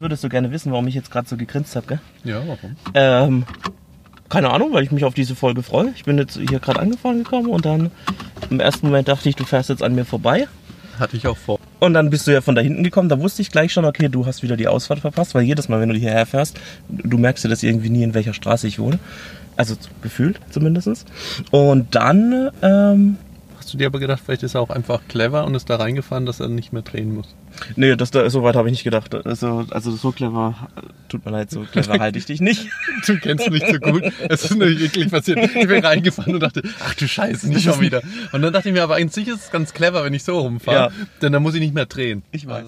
Würdest du gerne wissen, warum ich jetzt gerade so gegrinst habe, gell? Ja, warum? Keine Ahnung, weil ich mich auf diese Folge freue. Ich bin jetzt hier gerade angefahren gekommen und dann im ersten Moment dachte ich, du fährst jetzt an mir vorbei. Hatte ich auch vor. Und dann bist du ja von da hinten gekommen, da wusste ich gleich schon, okay, du hast wieder die Ausfahrt verpasst, weil jedes Mal, wenn du hierher fährst, du merkst ja das irgendwie nie, in welcher Straße ich wohne. Also gefühlt zumindest. Und dann... Hast du dir aber gedacht, vielleicht ist er auch einfach clever und ist da reingefahren, dass er nicht mehr drehen muss? Nee, so weit habe ich nicht gedacht. Also so clever, tut mir leid, so clever halte ich dich nicht. Du kennst mich so gut. Es ist nämlich wirklich passiert. Ich bin reingefahren und dachte, ach du Scheiße, nicht schon wieder. Und dann dachte ich mir, aber eigentlich ist es ganz clever, wenn ich so rumfahre, Ja. denn dann muss ich nicht mehr drehen. Ich weiß.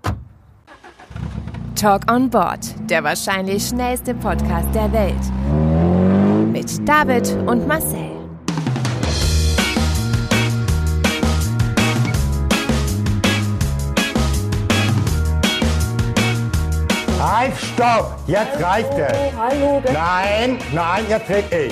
Talk on Board, der wahrscheinlich schnellste Podcast der Welt. Mit David und Marcel. Halt, stopp! Jetzt reicht es! Hallo, Nein, jetzt red ich.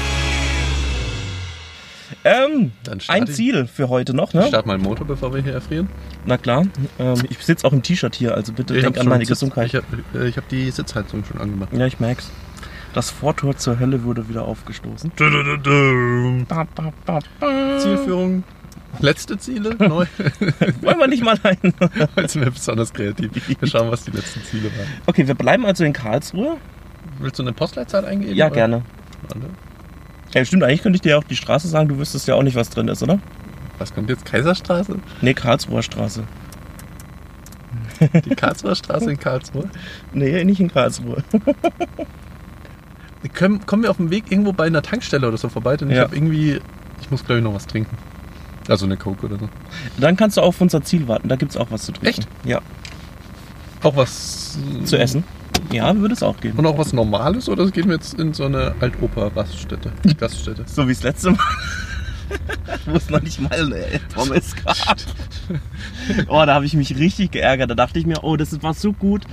Dann Ein Ziel für heute noch, ne? Start mal den Motor, bevor wir hier erfrieren. Na klar. Ich sitze auch im T-Shirt hier, also bitte denk an meine Gesundheit. Ich hab die Sitzheizung schon angemacht. Ja, ich merk's. Das Vortor zur Hölle wurde wieder aufgestoßen. Zielführung. Letzte Ziele? Neu? Wollen wir nicht mal ein? Heute sind wir besonders kreativ. Wir schauen, was die letzten Ziele waren. Okay, wir bleiben also in Karlsruhe. Willst du eine Postleitzahl eingeben? Ja, oder? gerne. Warte. Ja, stimmt, eigentlich könnte ich dir auch die Straße sagen, du wüsstest ja auch nicht, was drin ist, oder? Was kommt jetzt? Kaiserstraße? Nee, Karlsruher Straße. Die Karlsruher Straße in Karlsruhe? Nee, nicht in Karlsruhe. Kommen wir auf dem Weg irgendwo bei einer Tankstelle oder so vorbei? Denn Ja. ich muss glaube ich noch was trinken. Also eine Coke oder so. Dann kannst du auf unser Ziel warten, da gibt's auch was zu trinken. Echt? Ja. Auch was Zu essen? Ja, würde es auch geben. Und auch was Normales oder gehen wir jetzt in so eine Altoper-Gaststätte? So wie das letzte Mal. Wo es noch nicht mal Pommes gab. Oh, da habe ich mich richtig geärgert. Da dachte ich mir, oh, das war so gut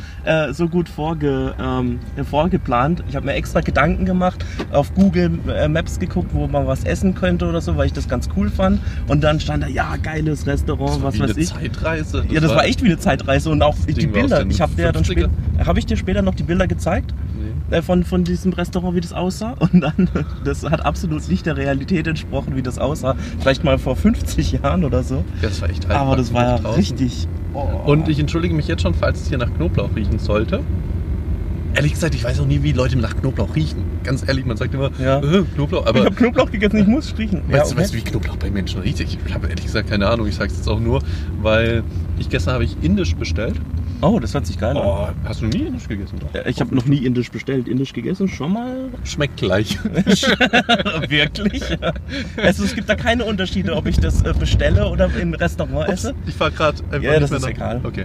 vorgeplant. Ich habe mir extra Gedanken gemacht, auf Google Maps geguckt, wo man was essen könnte oder so, weil ich das ganz cool fand. Und dann stand da, ja, geiles Restaurant, was weiß ich. Zeitreise. Ja, das war echt wie eine Zeitreise und auch die Ding war aus Bilder. den Ich habe dir ja dann 50er. habe ich dir später noch die Bilder gezeigt von diesem Restaurant, wie das aussah. Und dann, das hat absolut nicht der Realität entsprochen, wie das aussah. Vielleicht mal vor 50 Jahren oder so. Ja, das war echt Aber das war ja draußen. richtig. Oh. Und ich entschuldige mich jetzt schon, falls es hier nach Knoblauch riechen sollte. Ehrlich gesagt, ich weiß auch nie, wie Leute nach Knoblauch riechen. Ganz ehrlich, man sagt immer, Ja. Knoblauch. Ich Aber habe Knoblauch gegessen, ich muss riechen. weißt du, wie Knoblauch bei Menschen riecht? Ich habe ehrlich gesagt keine Ahnung. Ich sage es jetzt auch nur, weil gestern habe ich Indisch bestellt. Oh, das hört sich geil an. Oh, hast du nie Indisch gegessen? Doch? Ich habe noch nie Indisch bestellt. Indisch gegessen, schon mal? Schmeckt gleich. Wirklich? Also es gibt da keine Unterschiede, ob ich das bestelle oder im Restaurant esse? Ich fahre gerade einfach Ja, nicht das mehr ist nach. egal. Okay.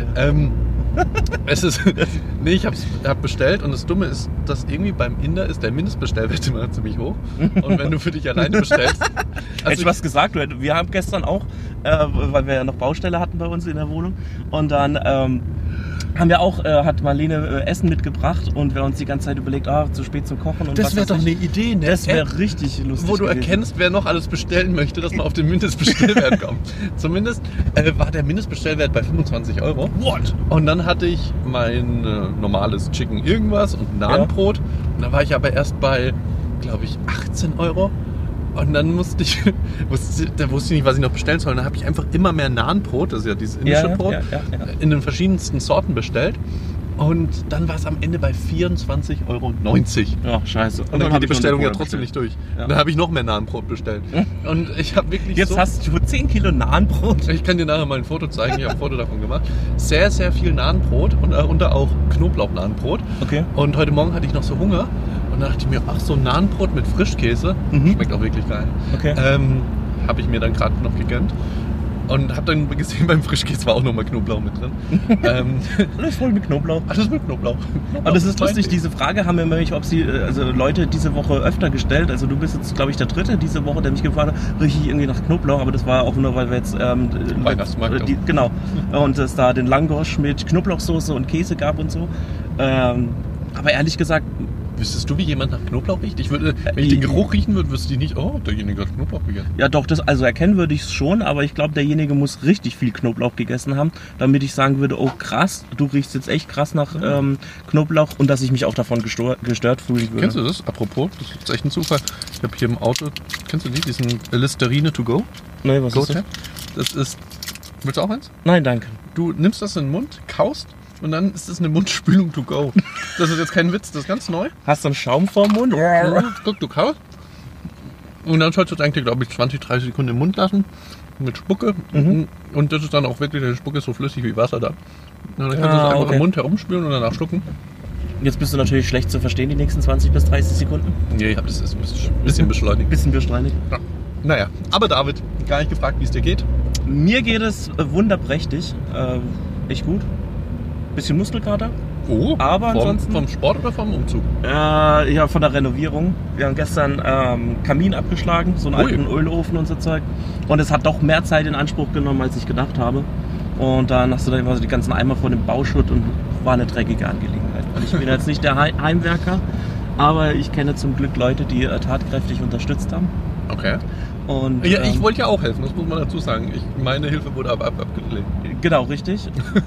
Ich hab bestellt und das Dumme ist, dass irgendwie beim Inder ist der Mindestbestellwert immer ziemlich hoch. Und wenn du für dich alleine bestellst. Hätte ich was gesagt, wir haben gestern auch, weil wir ja noch Baustelle hatten bei uns in der Wohnung und dann haben wir auch, hat Marlene Essen mitgebracht und wir haben uns die ganze Zeit überlegt, zu spät zum Kochen und das was wäre weiß doch ich. eine Idee, ne? Das wäre richtig lustig Wo du gewesen. erkennst, wer noch alles bestellen möchte, dass man auf den Mindestbestellwert kommt. Zumindest war der Mindestbestellwert bei 25 €. What? Und dann hatte ich mein normales Chicken irgendwas und Nahenbrot. Und dann war ich aber erst bei, glaube ich, 18 €. Und dann wusste ich nicht, was ich noch bestellen soll. Und dann habe ich einfach immer mehr Nahenbrot, das ist ja dieses indische Brot, in den verschiedensten Sorten bestellt. Und dann war es am Ende bei 24,90 €. Ja, scheiße. Und dann hab geht die ich noch Bestellung eine ja Cola trotzdem nicht bestellt. durch. Ja. Dann habe ich noch mehr Nahenbrot bestellt. Und ich habe wirklich Jetzt hast du 10 Kilo Nahenbrot. Ich kann dir nachher mal ein Foto zeigen. Ich habe ein Foto davon gemacht. Sehr, sehr viel Nahenbrot und darunter auch Knoblauch-Nahenbrot. Okay. Und heute Morgen hatte ich noch so Hunger. Und dann dachte ich mir, ach, so ein Nahenbrot mit Frischkäse. Schmeckt auch wirklich geil. Okay. Habe ich mir dann gerade noch gegönnt. Und habe dann gesehen, beim Frischkäse war auch nochmal Knoblauch mit drin. Alles voll mit Knoblauch. Alles mit Knoblauch. Aber das ist lustig, diese Frage haben mir nämlich, Leute diese Woche öfter gestellt. Also du bist jetzt, glaube ich, der Dritte diese Woche, der mich gefragt hat, rieche ich irgendwie nach Knoblauch, aber das war auch nur, weil wir jetzt Weihnachtsmarkt. genau. Und es da den Langosch mit Knoblauchsoße und Käse gab und so. Aber ehrlich gesagt, Wüsstest du, wie jemand nach Knoblauch riecht? Wenn ich den Geruch riechen würde, wüsste ich nicht, derjenige hat Knoblauch gegessen. Ja doch, also erkennen würde ich es schon, aber ich glaube, derjenige muss richtig viel Knoblauch gegessen haben, damit ich sagen würde, oh krass, du riechst jetzt echt krass nach Knoblauch und dass ich mich auch davon gestört fühlen würde. Kennst du das? Apropos, das ist echt ein Zufall. Ich habe hier im Auto, kennst du diesen Listerine to go? Nee, was ist das? Das ist, willst du auch eins? Nein, danke. Du nimmst das in den Mund, kaust und dann ist das eine Mundspülung to go. Das ist jetzt kein Witz, das ist ganz neu. Hast du einen Schaum vorm Mund? Guck, du kaust. Und dann sollst du es eigentlich, glaube ich, 20, 30 Sekunden im Mund lassen. Mit Spucke. Und das ist dann auch wirklich, die Spucke ist so flüssig wie Wasser da. Und dann kannst du es einfach im Mund herumspülen und danach schlucken. Jetzt bist du natürlich schlecht zu verstehen, die nächsten 20 bis 30 Sekunden. Nee, ich habe das ist ein bisschen beschleunigt. Ja. Naja, aber David, gar nicht gefragt, wie es dir geht. Mir geht es wunderprächtig. Echt gut. Bisschen Muskelkater. Oh, aber ansonsten vom Sport oder vom Umzug? Ja, von der Renovierung. Wir haben gestern Kamin abgeschlagen, so einen alten Ölofen und so Zeug. Und es hat doch mehr Zeit in Anspruch genommen, als ich gedacht habe. Und dann hast du da immer so die ganzen Eimer vor dem Bauschutt und war eine dreckige Angelegenheit. Und ich bin jetzt nicht der Heimwerker, aber ich kenne zum Glück Leute, die tatkräftig unterstützt haben. Okay. Und, ja, ich wollte ja auch helfen, das muss man dazu sagen. Meine Hilfe wurde aber abgelehnt. Genau, richtig.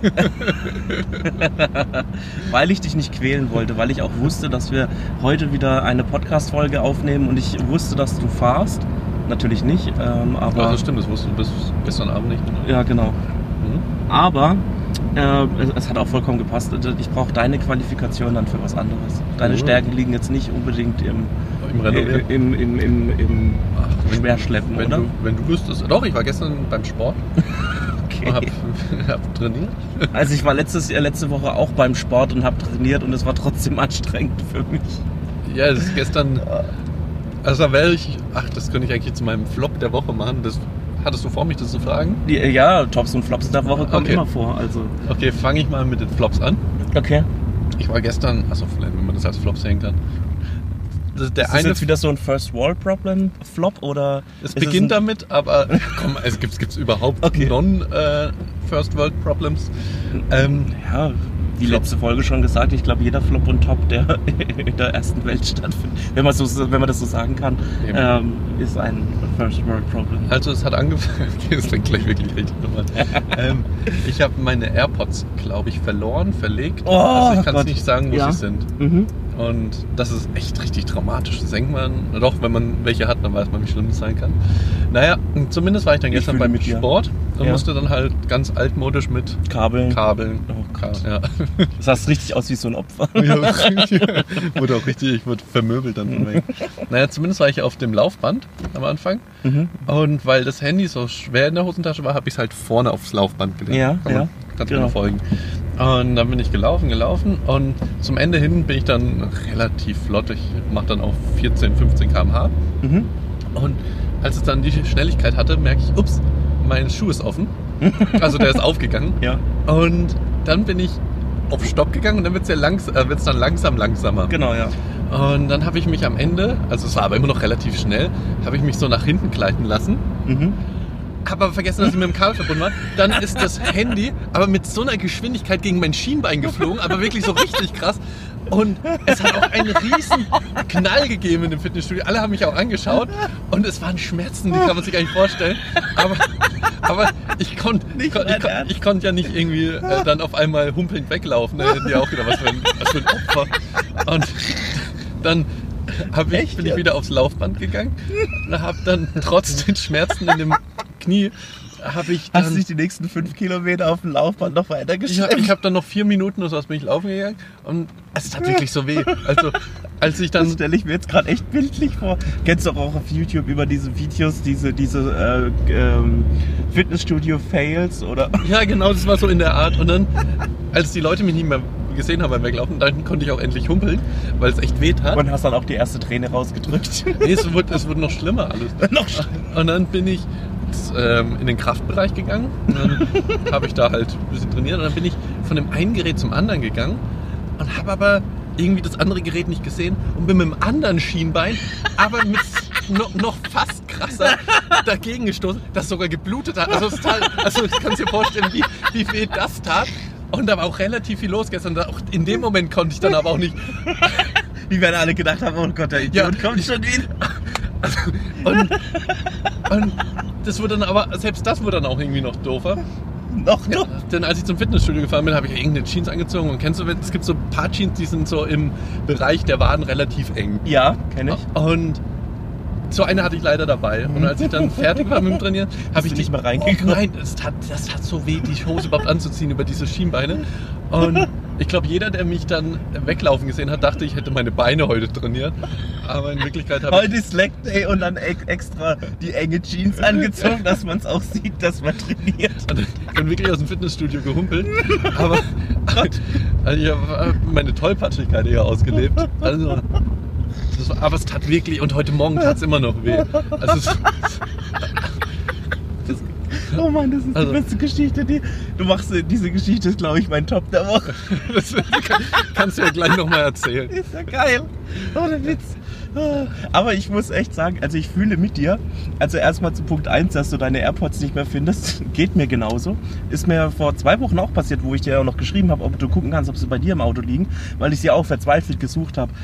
Weil ich dich nicht quälen wollte, weil ich auch wusste, dass wir heute wieder eine Podcast-Folge aufnehmen und ich wusste, dass du fahrst. Natürlich nicht, aber... Ja, das stimmt, das wusstest du bis gestern Abend nicht. Oder? Ja, genau. Aber es hat auch vollkommen gepasst. Ich brauche deine Qualifikation dann für was anderes. Deine Stärken liegen jetzt nicht unbedingt im Schwerschleppen, oder? Wenn du wüsstest. Doch, ich war gestern beim Sport. Okay. Hab trainiert. Also ich war letzte Woche auch beim Sport und habe trainiert und es war trotzdem anstrengend für mich. Ja, das ist gestern... Also da wäre ich... Ach, das könnte ich eigentlich zu meinem Flop der Woche machen. Das hattest du vor, mich das zu fragen? Ja, Tops und Flops der Woche kommen immer vor. Also. Okay, fange ich mal mit den Flops an. Okay. Ich war gestern... Achso, vielleicht, wenn man das als Flop sehen kann. Ist das jetzt wieder so ein First World Problem Flop oder? Es beginnt damit, aber komm, es gibt's überhaupt First World Problems. Ja, wie letzte Folge schon gesagt, ich glaube jeder Flop und Top, der in der ersten Welt stattfindet, wenn man das so sagen kann, ist ein First World Problem. Also es hat angefangen, das klingt gleich wirklich richtig nochmal. Ich habe meine AirPods, glaube ich, verlegt. Also ich kann es nicht sagen, wo sie sind. Und das ist echt richtig traumatisch. Das denkt man, doch, wenn man welche hat, dann weiß man, wie schlimm es sein kann. Naja, zumindest war ich dann gestern beim Sport und musste dann halt ganz altmodisch mit Kabeln. Oh Gott. Ja. Das sah richtig aus wie so ein Opfer. Ja, wurde auch richtig, ich wurde vermöbelt dann von mir. Naja, zumindest war ich auf dem Laufband am Anfang. Und weil das Handy so schwer in der Hosentasche war, habe ich es halt vorne aufs Laufband gelegt. Kannst du mir folgen. Und dann bin ich gelaufen und zum Ende hin bin ich dann relativ flott. Ich mache dann auf 14, 15 km/h. Und als es dann die Schnelligkeit hatte, merke ich, ups, mein Schuh ist offen. Also der ist aufgegangen. Und dann bin ich auf Stopp gegangen und dann wird es dann langsamer. Genau, ja. Und dann habe ich mich am Ende, also es war aber immer noch relativ schnell, habe ich mich so nach hinten gleiten lassen. Habe aber vergessen, dass ich mit dem Kabel verbunden war. Dann ist das Handy aber mit so einer Geschwindigkeit gegen mein Schienbein geflogen, aber wirklich so richtig krass. Und es hat auch einen riesen Knall gegeben in dem Fitnessstudio. Alle haben mich auch angeschaut und es waren Schmerzen, die kann man sich gar nicht vorstellen. Aber ich konnte ja nicht irgendwie dann auf einmal humpelnd weglaufen. Da hätten die auch gedacht, was für ein Opfer. Und dann bin ich wieder aufs Laufband gegangen und habe dann trotz den Schmerzen in dem Knie hast du dich die nächsten 5 Kilometer auf dem Laufband noch weiter geschleppt? Ich habe dann noch 4 Minuten oder so bin ich laufen gegangen und es tat wirklich so weh. Also als ich dann... Das stelle ich mir jetzt gerade echt bildlich vor. Kennst du auch auf YouTube über diese Videos, diese Fitnessstudio-Fails oder... Ja genau, das war so in der Art. Und dann, als die Leute mich nicht mehr gesehen haben beim Weglaufen, dann konnte ich auch endlich humpeln, weil es echt weh tat. Und hast dann auch die erste Träne rausgedrückt. Nee, es wurde noch schlimmer alles. Und dann bin ich in den Kraftbereich gegangen und dann habe ich da halt ein bisschen trainiert und dann bin ich von dem einen Gerät zum anderen gegangen und habe aber irgendwie das andere Gerät nicht gesehen und bin mit dem anderen Schienbein aber mit noch fast krasser dagegen gestoßen, das sogar geblutet hat. Also ich kann dir vorstellen, wie weh das tat. Und da war auch relativ viel los gestern. Auch in dem Moment konnte ich dann aber auch nicht Wie wir alle gedacht haben, oh Gott, der Idiot kommt schon wieder. Und das wurde dann aber, selbst das wurde dann auch irgendwie noch doofer. Noch? Ja, denn als ich zum Fitnessstudio gefahren bin, habe ich irgendeine Jeans angezogen. Und kennst du, es gibt so ein paar Jeans, die sind so im Bereich der Waden relativ eng. Ja, kenne ich. Und so eine hatte ich leider dabei. Und als ich dann fertig war mit dem Trainieren, habe ich nicht mehr reingekommen. Oh nein, das tat so weh, die Hose überhaupt anzuziehen über diese Schienbeine. Und ich glaube, jeder, der mich dann weglaufen gesehen hat, dachte, ich hätte meine Beine heute trainiert. Aber in Wirklichkeit habe Heute ist Slack Day und dann extra die enge Jeans angezogen, dass man es auch sieht, dass man trainiert. Ich bin wirklich aus dem Fitnessstudio gehumpelt. Aber ich habe meine Tollpatschigkeit eher ausgelebt. Also, aber es tat wirklich, und heute Morgen tat es immer noch weh. Also, oh Mann, das ist die beste Geschichte. Du machst diese Geschichte, ist glaube ich mein Top der Woche. Das kannst du ja gleich nochmal erzählen. Ist ja geil. Oh, der Witz. Aber ich muss echt sagen, also ich fühle mit dir, also erstmal zu Punkt 1, dass du deine AirPods nicht mehr findest, geht mir genauso. Ist mir vor 2 Wochen auch passiert, wo ich dir auch noch geschrieben habe, ob du gucken kannst, ob sie bei dir im Auto liegen, weil ich sie auch verzweifelt gesucht habe.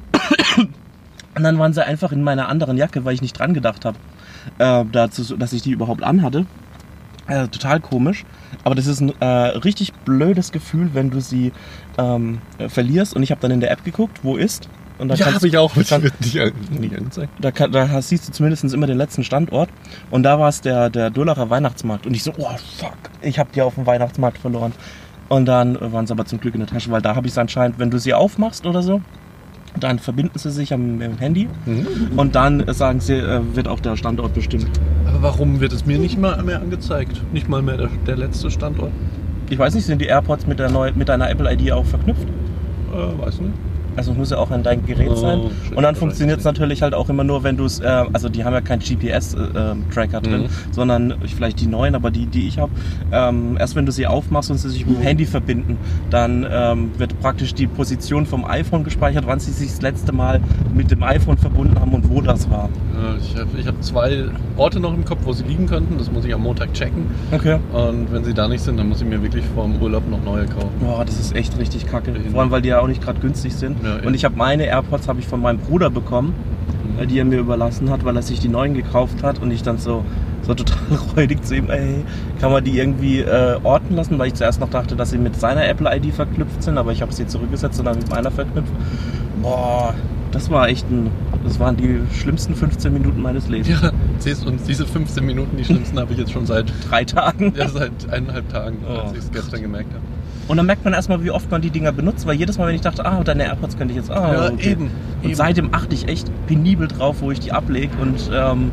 Und dann waren sie einfach in meiner anderen Jacke, weil ich nicht dran gedacht habe, dazu, dass ich die überhaupt anhatte. Total komisch, aber das ist ein richtig blödes Gefühl, wenn du sie verlierst. Und ich habe dann in der App geguckt, wo ist. Und da ja, habe ich auch. Das wird nicht angezeigt. Da siehst du zumindest immer den letzten Standort. Und da war es der Durlacher Weihnachtsmarkt. Und ich so, oh fuck, ich habe die auf dem Weihnachtsmarkt verloren. Und dann waren sie aber zum Glück in der Tasche, weil da habe ich es anscheinend, wenn du sie aufmachst oder so, dann verbinden sie sich am Handy und dann sagen sie, wird auch der Standort bestimmt. Aber warum wird es mir nicht mal mehr angezeigt? Nicht mal mehr der letzte Standort? Ich weiß nicht, sind die AirPods mit deiner Apple ID auch verknüpft? Weiß nicht. Also es muss ja auch an dein Gerät sein. Und dann funktioniert es natürlich halt auch immer nur, wenn du es, also die haben ja keinen GPS-Tracker drin, sondern vielleicht die neuen, aber die ich habe, erst wenn du sie aufmachst und sie sich mit dem Handy verbinden, dann wird praktisch die Position vom iPhone gespeichert, wann sie sich das letzte Mal mit dem iPhone verbunden haben und wo das war. Ja, ich hab 2 Orte noch im Kopf, wo sie liegen könnten. Das muss ich am Montag checken. Okay. Und wenn sie da nicht sind, dann muss ich mir wirklich vor dem Urlaub noch neue kaufen. Boah, das ist echt richtig kacke. Vor allem, weil die ja auch nicht gerade günstig sind. Ja, und ich habe meine AirPods von meinem Bruder bekommen, die er mir überlassen hat, weil er sich die neuen gekauft hat. Und ich dann so total räudig zu ihm, ey, kann man die irgendwie orten lassen? Weil ich zuerst noch dachte, dass sie mit seiner Apple-ID verknüpft sind, aber ich habe sie zurückgesetzt und dann mit meiner verknüpft. Boah, das waren die schlimmsten 15 Minuten meines Lebens. Ja, siehst du, und diese 15 Minuten, die schlimmsten, habe ich jetzt schon seit 3 Tagen. Ja, seit 1,5 Tagen, als ich es gestern gemerkt habe. Und dann merkt man erstmal, wie oft man die Dinger benutzt, weil jedes Mal, wenn ich dachte, deine AirPods könnte ich jetzt, ja, okay. eben. Und seitdem achte ich echt penibel drauf, wo ich die ablege und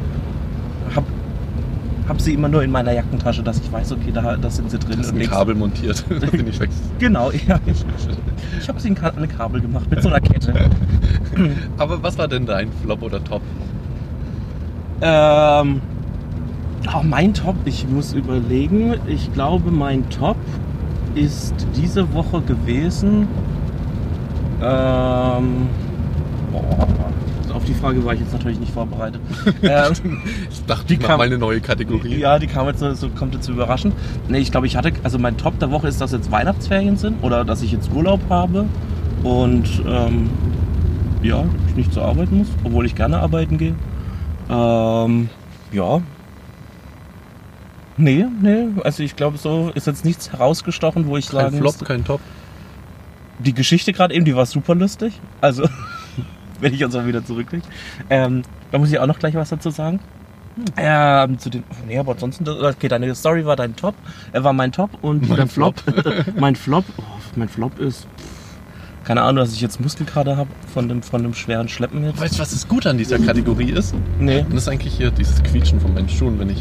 hab sie immer nur in meiner Jackentasche, dass ich weiß, okay, da sind sie drin. Das ist ein Kabel montiert, da bin ich weg. Genau, ja. Ich habe sie in eine Kabel gemacht mit so einer Kette. Aber was war denn dein Flop oder Top? Mein Top, ich muss überlegen. Ich glaube, mein Top ist diese Woche gewesen. Auf die Frage war ich jetzt natürlich nicht vorbereitet. Ich dachte, ich mache mal eine neue Kategorie. Ja, die kam jetzt kommt jetzt überraschend. Nee, ich glaube, also mein Top der Woche ist, dass jetzt Weihnachtsferien sind oder dass ich jetzt Urlaub habe und ich nicht zur Arbeit muss, obwohl ich gerne arbeiten gehe. Ja. Nee, also ich glaube, so ist jetzt nichts herausgestochen, wo ich kein sagen Flop, kein Top. Die Geschichte gerade eben, die war super lustig. Also, wenn ich uns auch wieder zurückkriege. Da muss ich auch noch gleich was dazu sagen. Aber ansonsten, okay, deine Story war dein Top. War mein Top und dein Flop. Mein Flop ist, keine Ahnung, dass ich jetzt Muskelkater habe von dem schweren Schleppen jetzt. Weißt du, was das Gute an dieser Kategorie ist? Nee. Und das ist eigentlich hier dieses Quietschen von meinen Schuhen, wenn ich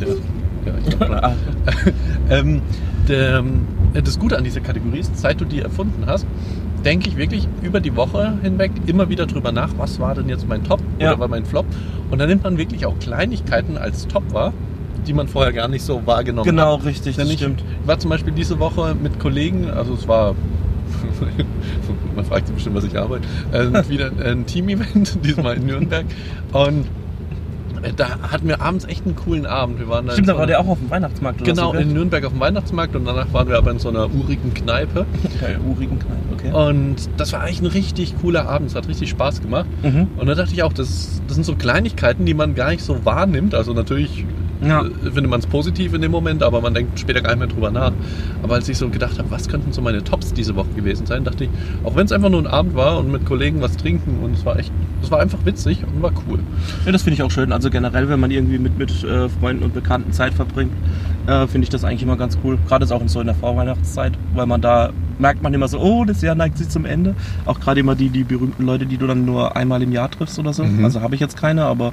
das Gute an dieser Kategorie ist, seit du die erfunden hast, denke ich wirklich über die Woche hinweg immer wieder drüber nach, was war denn jetzt mein Top oder war mein Flop. Und dann nimmt man wirklich auch Kleinigkeiten als Top wahr, die man vorher gar nicht so wahrgenommen hat. Genau, richtig, das stimmt. Ich war zum Beispiel diese Woche mit Kollegen, also es war, man fragt sich bestimmt, was ich arbeite, wieder ein Team-Event, diesmal in Nürnberg. Und da hatten wir abends echt einen coolen Abend. Wir waren da war der auch auf dem Weihnachtsmarkt oder genau, so, in Nürnberg auf dem Weihnachtsmarkt und danach waren wir aber in so einer urigen Kneipe. Okay, urigen Kneipen, okay. Und das war eigentlich ein richtig cooler Abend, es hat richtig Spaß gemacht. Und da dachte ich auch, das sind so Kleinigkeiten, die man gar nicht so wahrnimmt. Also natürlich findet man es positiv in dem Moment, aber man denkt später gar nicht mehr drüber nach. Aber als ich so gedacht habe, was könnten so meine Tops diese Woche gewesen sein, dachte ich, auch wenn es einfach nur ein Abend war und mit Kollegen was trinken und es war einfach witzig und war cool. Ja, das finde ich auch schön. Also generell, wenn man irgendwie mit Freunden und Bekannten Zeit verbringt, finde ich das eigentlich immer ganz cool. Gerade auch so in der Vorweihnachtszeit, weil man da merkt man immer so, oh, das Jahr neigt sich zum Ende. Auch gerade immer die berühmten Leute, die du dann nur einmal im Jahr triffst oder so. Also habe ich jetzt keine, aber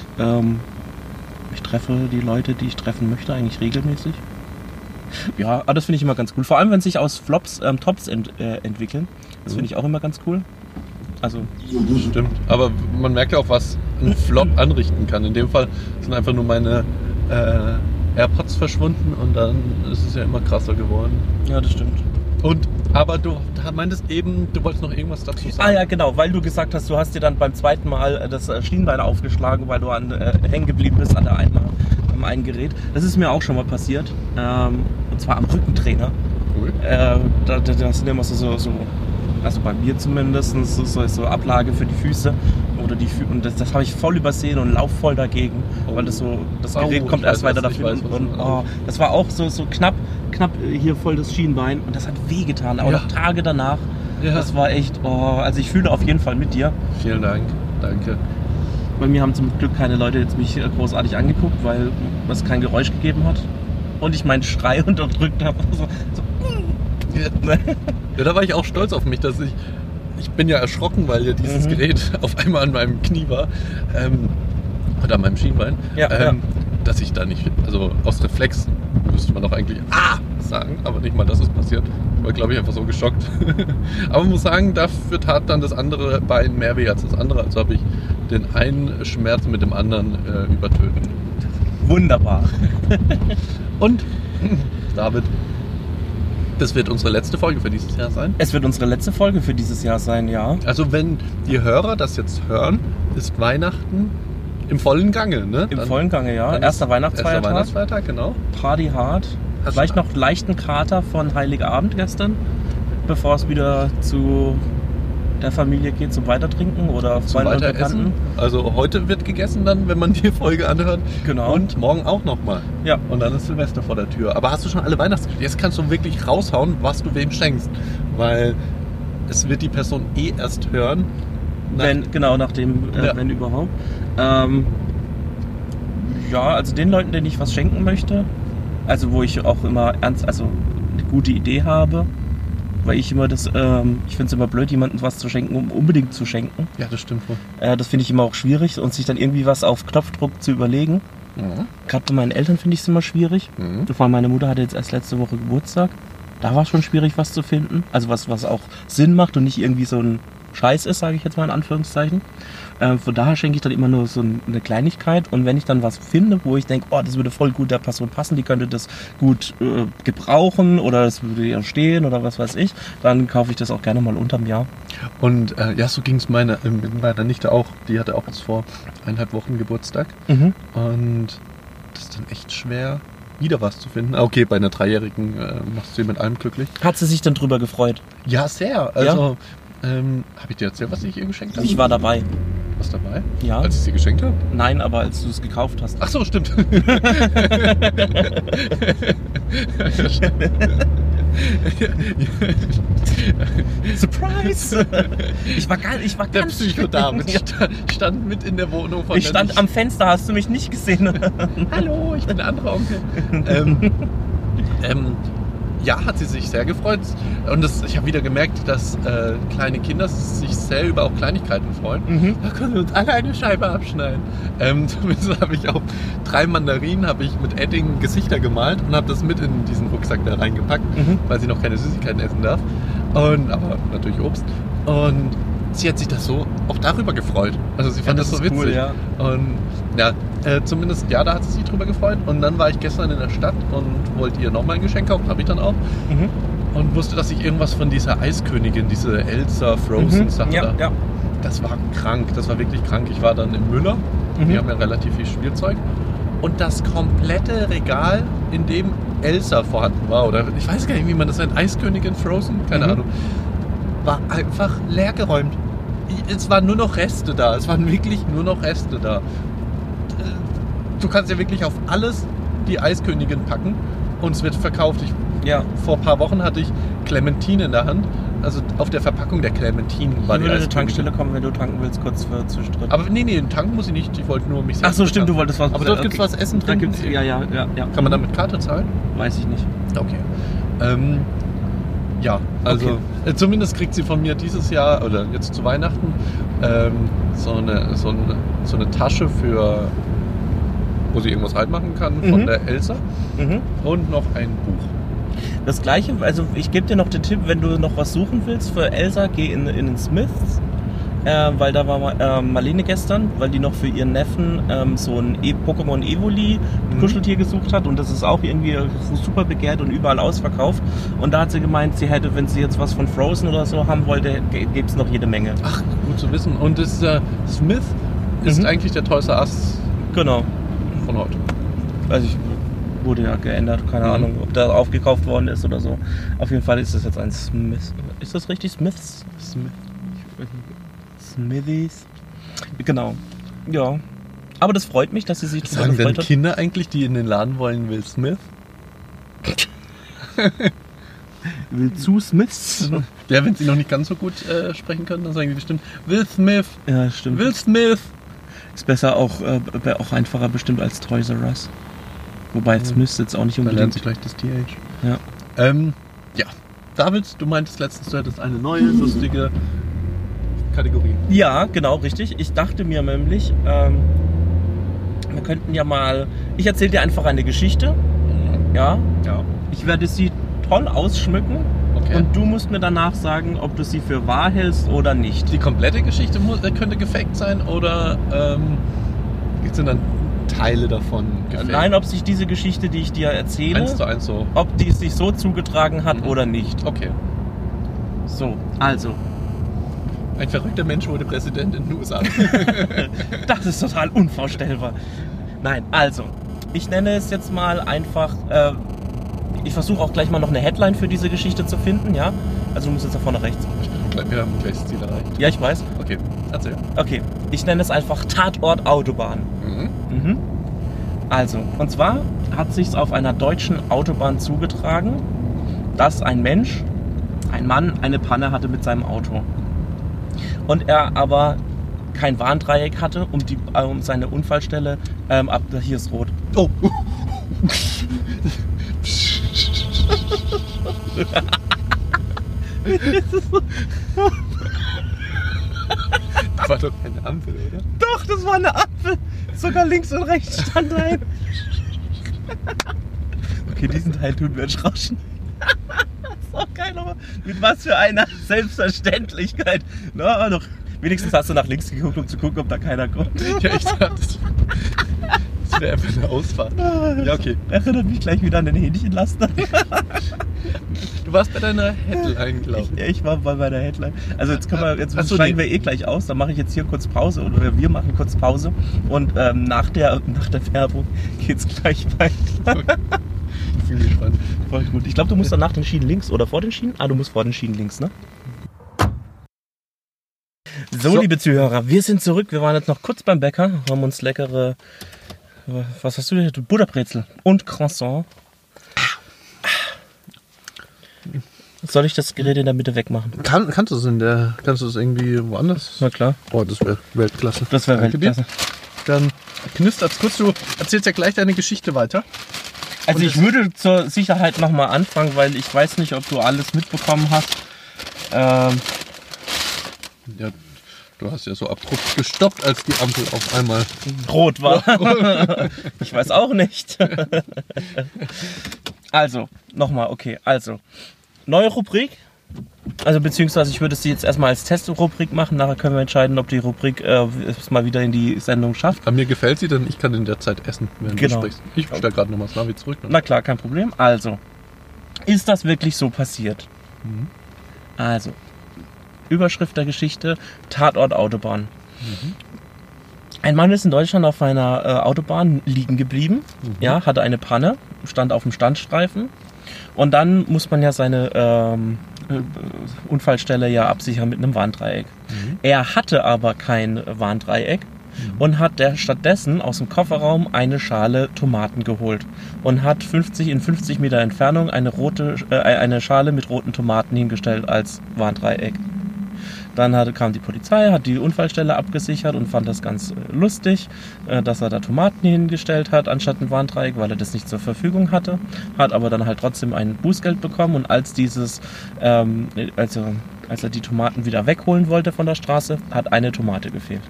ich treffe die Leute, die ich treffen möchte, eigentlich regelmäßig. Ja, aber das finde ich immer ganz cool. Vor allem, wenn sich aus Flops Tops entwickeln. Das finde ich auch immer ganz cool. Also stimmt. Aber man merkt ja auch, was ein Flop anrichten kann. In dem Fall sind einfach nur meine AirPods verschwunden und dann ist es ja immer krasser geworden. Ja, das stimmt. Aber du meintest eben, du wolltest noch irgendwas dazu sagen. Ah ja, genau, weil du gesagt hast, du hast dir dann beim zweiten Mal das Schienbein aufgeschlagen, weil du hängen geblieben bist am einen Gerät. Das ist mir auch schon mal passiert. Und zwar am Rückentrainer. Cool. Da sind immer so, also bei mir zumindest, so Ablage für die Füße. Und das habe ich voll übersehen und lauf voll dagegen, weil das Gerät kommt erst weiter dafür. Das war auch so knapp hier voll das Schienbein und das hat wehgetan, auch noch Tage danach. Ja. Das war echt, also ich fühle auf jeden Fall mit dir. Vielen Dank, danke. Bei mir haben zum Glück keine Leute jetzt mich großartig angeguckt, weil es kein Geräusch gegeben hat und ich meinen Schrei unterdrückt habe. Ja, da war ich auch stolz auf mich, dass ich bin ja erschrocken, weil ja dieses Gerät auf einmal an meinem Knie war oder an meinem Schienbein, dass ich da nicht, also aus Reflex müsste man doch eigentlich sagen, aber nicht mal das ist passiert. Ich war, glaube ich, einfach so geschockt. Aber man muss sagen, dafür tat dann das andere Bein mehr weh als das andere, also habe ich den einen Schmerz mit dem anderen übertönt. Wunderbar. Und David, das wird unsere letzte Folge für dieses Jahr sein? Es wird unsere letzte Folge für dieses Jahr sein, ja. Also wenn die Hörer das jetzt hören, ist Weihnachten im vollen Gange, ne? Im vollen Gange, ja. Erster Weihnachtsfeiertag, genau. Party hart. Vielleicht noch leichten Kater von Heiligabend gestern, bevor es wieder zu der Familie geht zum Weitertrinken oder Freunden und Bekannten. Also heute wird gegessen dann, wenn man die Folge anhört. Genau. Und morgen auch nochmal. Ja. Und dann ist Silvester vor der Tür. Aber hast du schon alle Weihnachtsgeschenke? Jetzt kannst du wirklich raushauen, was du wem schenkst. Weil es wird die Person erst hören. Wenn überhaupt. Also den Leuten, denen ich was schenken möchte, also wo ich auch immer eine gute Idee habe, weil ich immer ich finde es immer blöd, jemandem was zu schenken, um unbedingt zu schenken. Ja, das stimmt wohl. Das finde ich immer auch schwierig und sich dann irgendwie was auf Knopfdruck zu überlegen. Mhm. Gerade bei meinen Eltern finde ich es immer schwierig. Mhm. Vor allem meine Mutter hatte jetzt erst letzte Woche Geburtstag. Da war es schon schwierig, was zu finden. Also was auch Sinn macht und nicht irgendwie so ein Scheiß ist, sage ich jetzt mal in Anführungszeichen. Von daher schenke ich dann immer nur so eine Kleinigkeit und wenn ich dann was finde, wo ich denke, das würde voll gut der Person passen, die könnte das gut gebrauchen oder es würde ihr stehen oder was weiß ich, dann kaufe ich das auch gerne mal unterm Jahr. Und so ging es meiner Nichte auch, die hatte auch jetzt vor 1,5 Wochen Geburtstag und das ist dann echt schwer, wieder was zu finden. Okay, bei einer 3-Jährigen machst du sie mit allem glücklich. Hat sie sich dann drüber gefreut? Ja, sehr. Also, habe ich dir erzählt, was ich ihr geschenkt habe? Ich war dabei. Warst du dabei? Ja. Als ich sie geschenkt habe? Nein, aber als du es gekauft hast. Ach so, stimmt. Surprise! Ich war der Psycho David stand mit in der Wohnung von Ich stand am Fenster, hast du mich nicht gesehen? Hallo, ich bin der andere Onkel. Hat sie sich sehr gefreut. Und ich habe wieder gemerkt, dass kleine Kinder sich sehr über auch Kleinigkeiten freuen. Mhm. Da können wir uns alle eine Scheibe abschneiden. Zumindest habe ich auch 3 Mandarinen mit Edding Gesichter gemalt und habe das mit in diesen Rucksack da reingepackt, weil sie noch keine Süßigkeiten essen darf. Aber natürlich Obst. Und sie hat sich das so auch darüber gefreut. Also sie fand das so witzig. Cool, ja. Und zumindest, da hat sie sich drüber gefreut. Und dann war ich gestern in der Stadt und wollte ihr nochmal ein Geschenk kaufen, habe ich dann auch. Mhm. Und wusste, dass ich irgendwas von dieser Eiskönigin, diese Elsa Frozen-Sache da. Das war krank, das war wirklich krank. Ich war dann im Müller, die haben ja relativ viel Spielzeug. Und das komplette Regal, in dem Elsa vorhanden war, oder ich weiß gar nicht, wie man das nennt, Eiskönigin Frozen, keine Ahnung, war einfach leergeräumt. Es waren nur noch Reste da, es waren wirklich nur noch Reste da. Du kannst ja wirklich auf alles die Eiskönigin packen und es wird verkauft. Vor ein paar Wochen hatte ich Clementine in der Hand. Also auf der Verpackung der Clementine war die Eiskönigin. Eine Tankstelle kommen, wenn du tanken willst, kurz für zwischendrin. Aber nee, tanken muss ich nicht. Ich wollte nur mich selbst. Ach so, stimmt, du wolltest was. Aber dort gibt es was essen, trinken. Ja. Kann man da mit Karte zahlen? Weiß ich nicht. Okay. Also zumindest kriegt sie von mir dieses Jahr oder jetzt zu Weihnachten so eine Tasche für, wo sie irgendwas reinmachen kann von der Elsa und noch ein Buch. Das gleiche, also ich gebe dir noch den Tipp, wenn du noch was suchen willst für Elsa, geh in den Smiths, weil da war Marlene gestern, weil die noch für ihren Neffen so ein Pokémon Evoli Kuscheltier gesucht hat und das ist auch irgendwie super begehrt und überall ausverkauft und da hat sie gemeint, sie hätte, wenn sie jetzt was von Frozen oder so haben wollte, gäbe es noch jede Menge. Ach, gut zu wissen. Und das Smith ist eigentlich der Toys R Us genau. von heute. Also wurde ja geändert, keine Ahnung, ob da aufgekauft worden ist oder so. Auf jeden Fall ist das jetzt ein Smith. Ist das richtig? Smiths? Smithies? Genau. Ja. Aber das freut mich, dass sie sich Sagen denn Kinder eigentlich, die in den Laden wollen, Will Smith? Will zu Smiths? Ja, wenn sie noch nicht ganz so gut sprechen können, dann sagen die bestimmt Will Smith. Ja, stimmt. Will Smith. Ist besser wäre auch einfacher bestimmt als Toys R Us. Wobei Smiths jetzt auch nicht unbedingt. Da lernt sie gleich das TH. Ja. Ja. David, du meintest letztens, du hättest eine neue, lustige Kategorie. Ja, genau, richtig. Ich dachte mir nämlich, wir könnten ja mal... Ich erzähle dir einfach eine Geschichte. Ja. Ich werde sie toll ausschmücken. Okay. Und du musst mir danach sagen, ob du sie für wahr hältst oder nicht. Die komplette Geschichte könnte gefaked sein oder sind dann Teile davon gefaked? Nein, ob sich diese Geschichte, die ich dir erzähle, 1:1 so. ob die sich so zugetragen hat oder nicht. Okay. So, also. Ein verrückter Mensch wurde Präsident in den USA. Das ist total unvorstellbar. Nein, also, ich nenne es jetzt mal einfach, ich versuche auch gleich mal noch eine Headline für diese Geschichte zu finden, ja? Also du musst jetzt nach vorne rechts. Wir haben gleich das Ziel erreicht. Ja, ich weiß. Okay, erzähl. Okay, ich nenne es einfach Tatort Autobahn. Also, und zwar hat sich's auf einer deutschen Autobahn zugetragen, dass ein Mann, eine Panne hatte mit seinem Auto. Und er aber kein Warndreieck hatte, um seine Unfallstelle hier ist rot. Oh! Das war doch keine Ampel, oder? Doch, das war eine Ampel. Sogar links und rechts stand ein. Okay, diesen Teil tun wir jetzt rauschen. Das ist auch geil, aber mit was für einer Selbstverständlichkeit. Na, doch. Wenigstens hast du nach links geguckt, um zu gucken, ob da keiner kommt. Ja, ich dachte, das wäre einfach eine Ausfahrt. Ja, okay. Erinnert mich gleich wieder an den Hähnchenlaster. Du warst bei deiner Headline, glaube ich. Ja, ich war bei meiner Headline. Also jetzt steigen wir wir gleich aus. Dann mache ich jetzt hier kurz Pause oder wir machen kurz Pause. Und nach der Werbung geht's gleich weiter. Okay. Ich bin gespannt. Voll gut. Ich glaube, du musst dann nach den Schienen links oder vor den Schienen? Du musst vor den Schienen links, ne? So, liebe Zuhörer, wir sind zurück. Wir waren jetzt noch kurz beim Bäcker, haben uns leckere, was hast du hier? Butterbrezel und Croissant. Soll ich das Gerät in der Mitte wegmachen? Kannst du es irgendwie woanders? Na klar. Oh, das wäre Weltklasse. Das wäre Weltklasse. Dann knistert's kurz. Du erzählst ja gleich deine Geschichte weiter. Also ich würde zur Sicherheit nochmal anfangen, weil ich weiß nicht, ob du alles mitbekommen hast. Ja, du hast ja so abrupt gestoppt, als die Ampel auf einmal rot war. Ich weiß auch nicht. Also, nochmal, okay. Also, neue Rubrik. Also, beziehungsweise ich würde sie jetzt erstmal als Testrubrik machen. Nachher können wir entscheiden, ob die Rubrik es mal wieder in die Sendung schafft. Aber mir gefällt sie, denn ich kann in der Zeit essen, während du sprichst. Ich stelle gerade nochmal das Navi zurück. Na klar, kein Problem. Also, ist das wirklich so passiert? Also, Überschrift der Geschichte, Tatort Autobahn. Ein Mann ist in Deutschland auf einer Autobahn liegen geblieben, ja, hatte eine Panne stand auf dem Standstreifen. Und dann muss man ja seine Unfallstelle ja absichern mit einem Warndreieck. Er hatte aber kein Warndreieck und hat stattdessen aus dem Kofferraum eine Schale Tomaten geholt und hat 50 Meter Entfernung eine Schale mit roten Tomaten hingestellt als Warndreieck. Dann kam die Polizei, hat die Unfallstelle abgesichert und fand das ganz lustig, dass er da Tomaten hingestellt hat, anstatt ein Warndreieck, weil er das nicht zur Verfügung hatte. Hat aber dann halt trotzdem ein Bußgeld bekommen und als er die Tomaten wieder wegholen wollte von der Straße, hat eine Tomate gefehlt.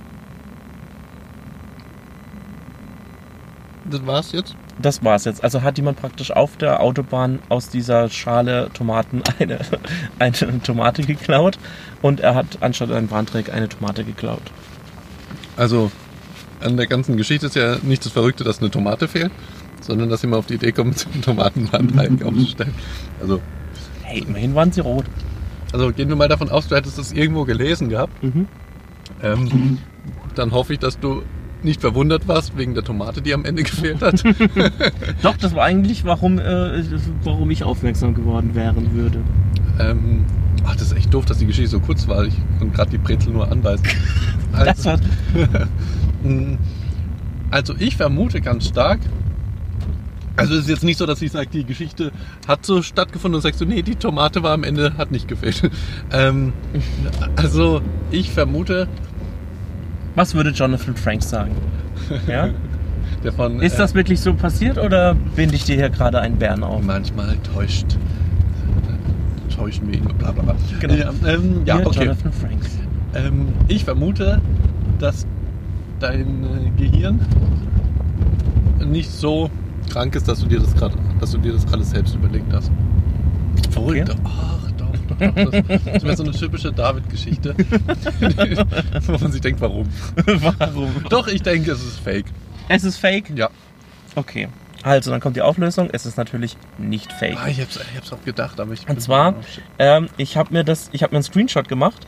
Das war's jetzt? Das war's jetzt. Also hat jemand praktisch auf der Autobahn aus dieser Schale Tomaten eine Tomate geklaut und er hat anstatt einem Warndreieck eine Tomate geklaut. Also an der ganzen Geschichte ist ja nicht das Verrückte, dass eine Tomate fehlt, sondern dass jemand auf die Idee kommt, einen Tomatenwarndreieck aufzustellen. Also, hey, immerhin waren sie rot. Also gehen wir mal davon aus, du hättest das irgendwo gelesen gehabt. Dann hoffe ich, dass du nicht verwundert warst wegen der Tomate, die am Ende gefehlt hat. Doch, das war eigentlich, warum ich aufmerksam geworden wären würde. Das ist echt doof, dass die Geschichte so kurz war. Ich konnte gerade die Brezel nur anbeißen. Also ich vermute ganz stark, also es ist jetzt nicht so, dass ich sage, die Geschichte hat so stattgefunden und sagst du, nee, die Tomate war am Ende, hat nicht gefehlt. Also ich vermute... Was würde Jonathan Frakes sagen? Ja? Ist das wirklich so passiert oder binde ich dir hier gerade einen Bären auf? Manchmal täuschen wir ihn, bla bla bla. Genau. Ja, okay. Jonathan Frakes. Ich vermute, dass dein Gehirn nicht so krank ist, dass du dir das gerade selbst überlegt hast. Okay. Das wäre so eine typische David-Geschichte, wo man sich denkt, warum? Warum? Doch, ich denke, es ist fake. Es ist fake? Ja. Okay. Also, dann kommt die Auflösung. Es ist natürlich nicht fake. Ich hab's auch gedacht, aber ich... Und zwar, ich habe mir einen Screenshot gemacht.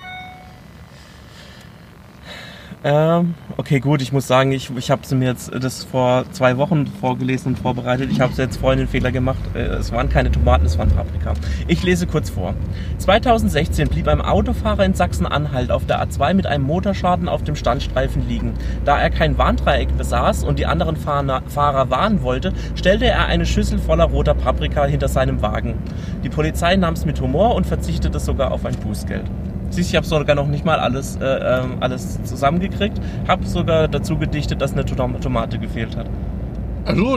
Okay, gut, ich muss sagen, ich habe mir jetzt das vor 2 Wochen vorgelesen und vorbereitet. Ich habe jetzt vorhin den Fehler gemacht. Es waren keine Tomaten, es waren Paprika. Ich lese kurz vor. 2016 blieb ein Autofahrer in Sachsen-Anhalt auf der A2 mit einem Motorschaden auf dem Standstreifen liegen. Da er kein Warndreieck besaß und die anderen Fahrer warnen wollte, stellte er eine Schüssel voller roter Paprika hinter seinem Wagen. Die Polizei nahm es mit Humor und verzichtete sogar auf ein Bußgeld. Siehst, ich habe sogar noch nicht mal alles zusammengekriegt. Habe sogar dazu gedichtet, dass eine Tomate gefehlt hat. Ach so,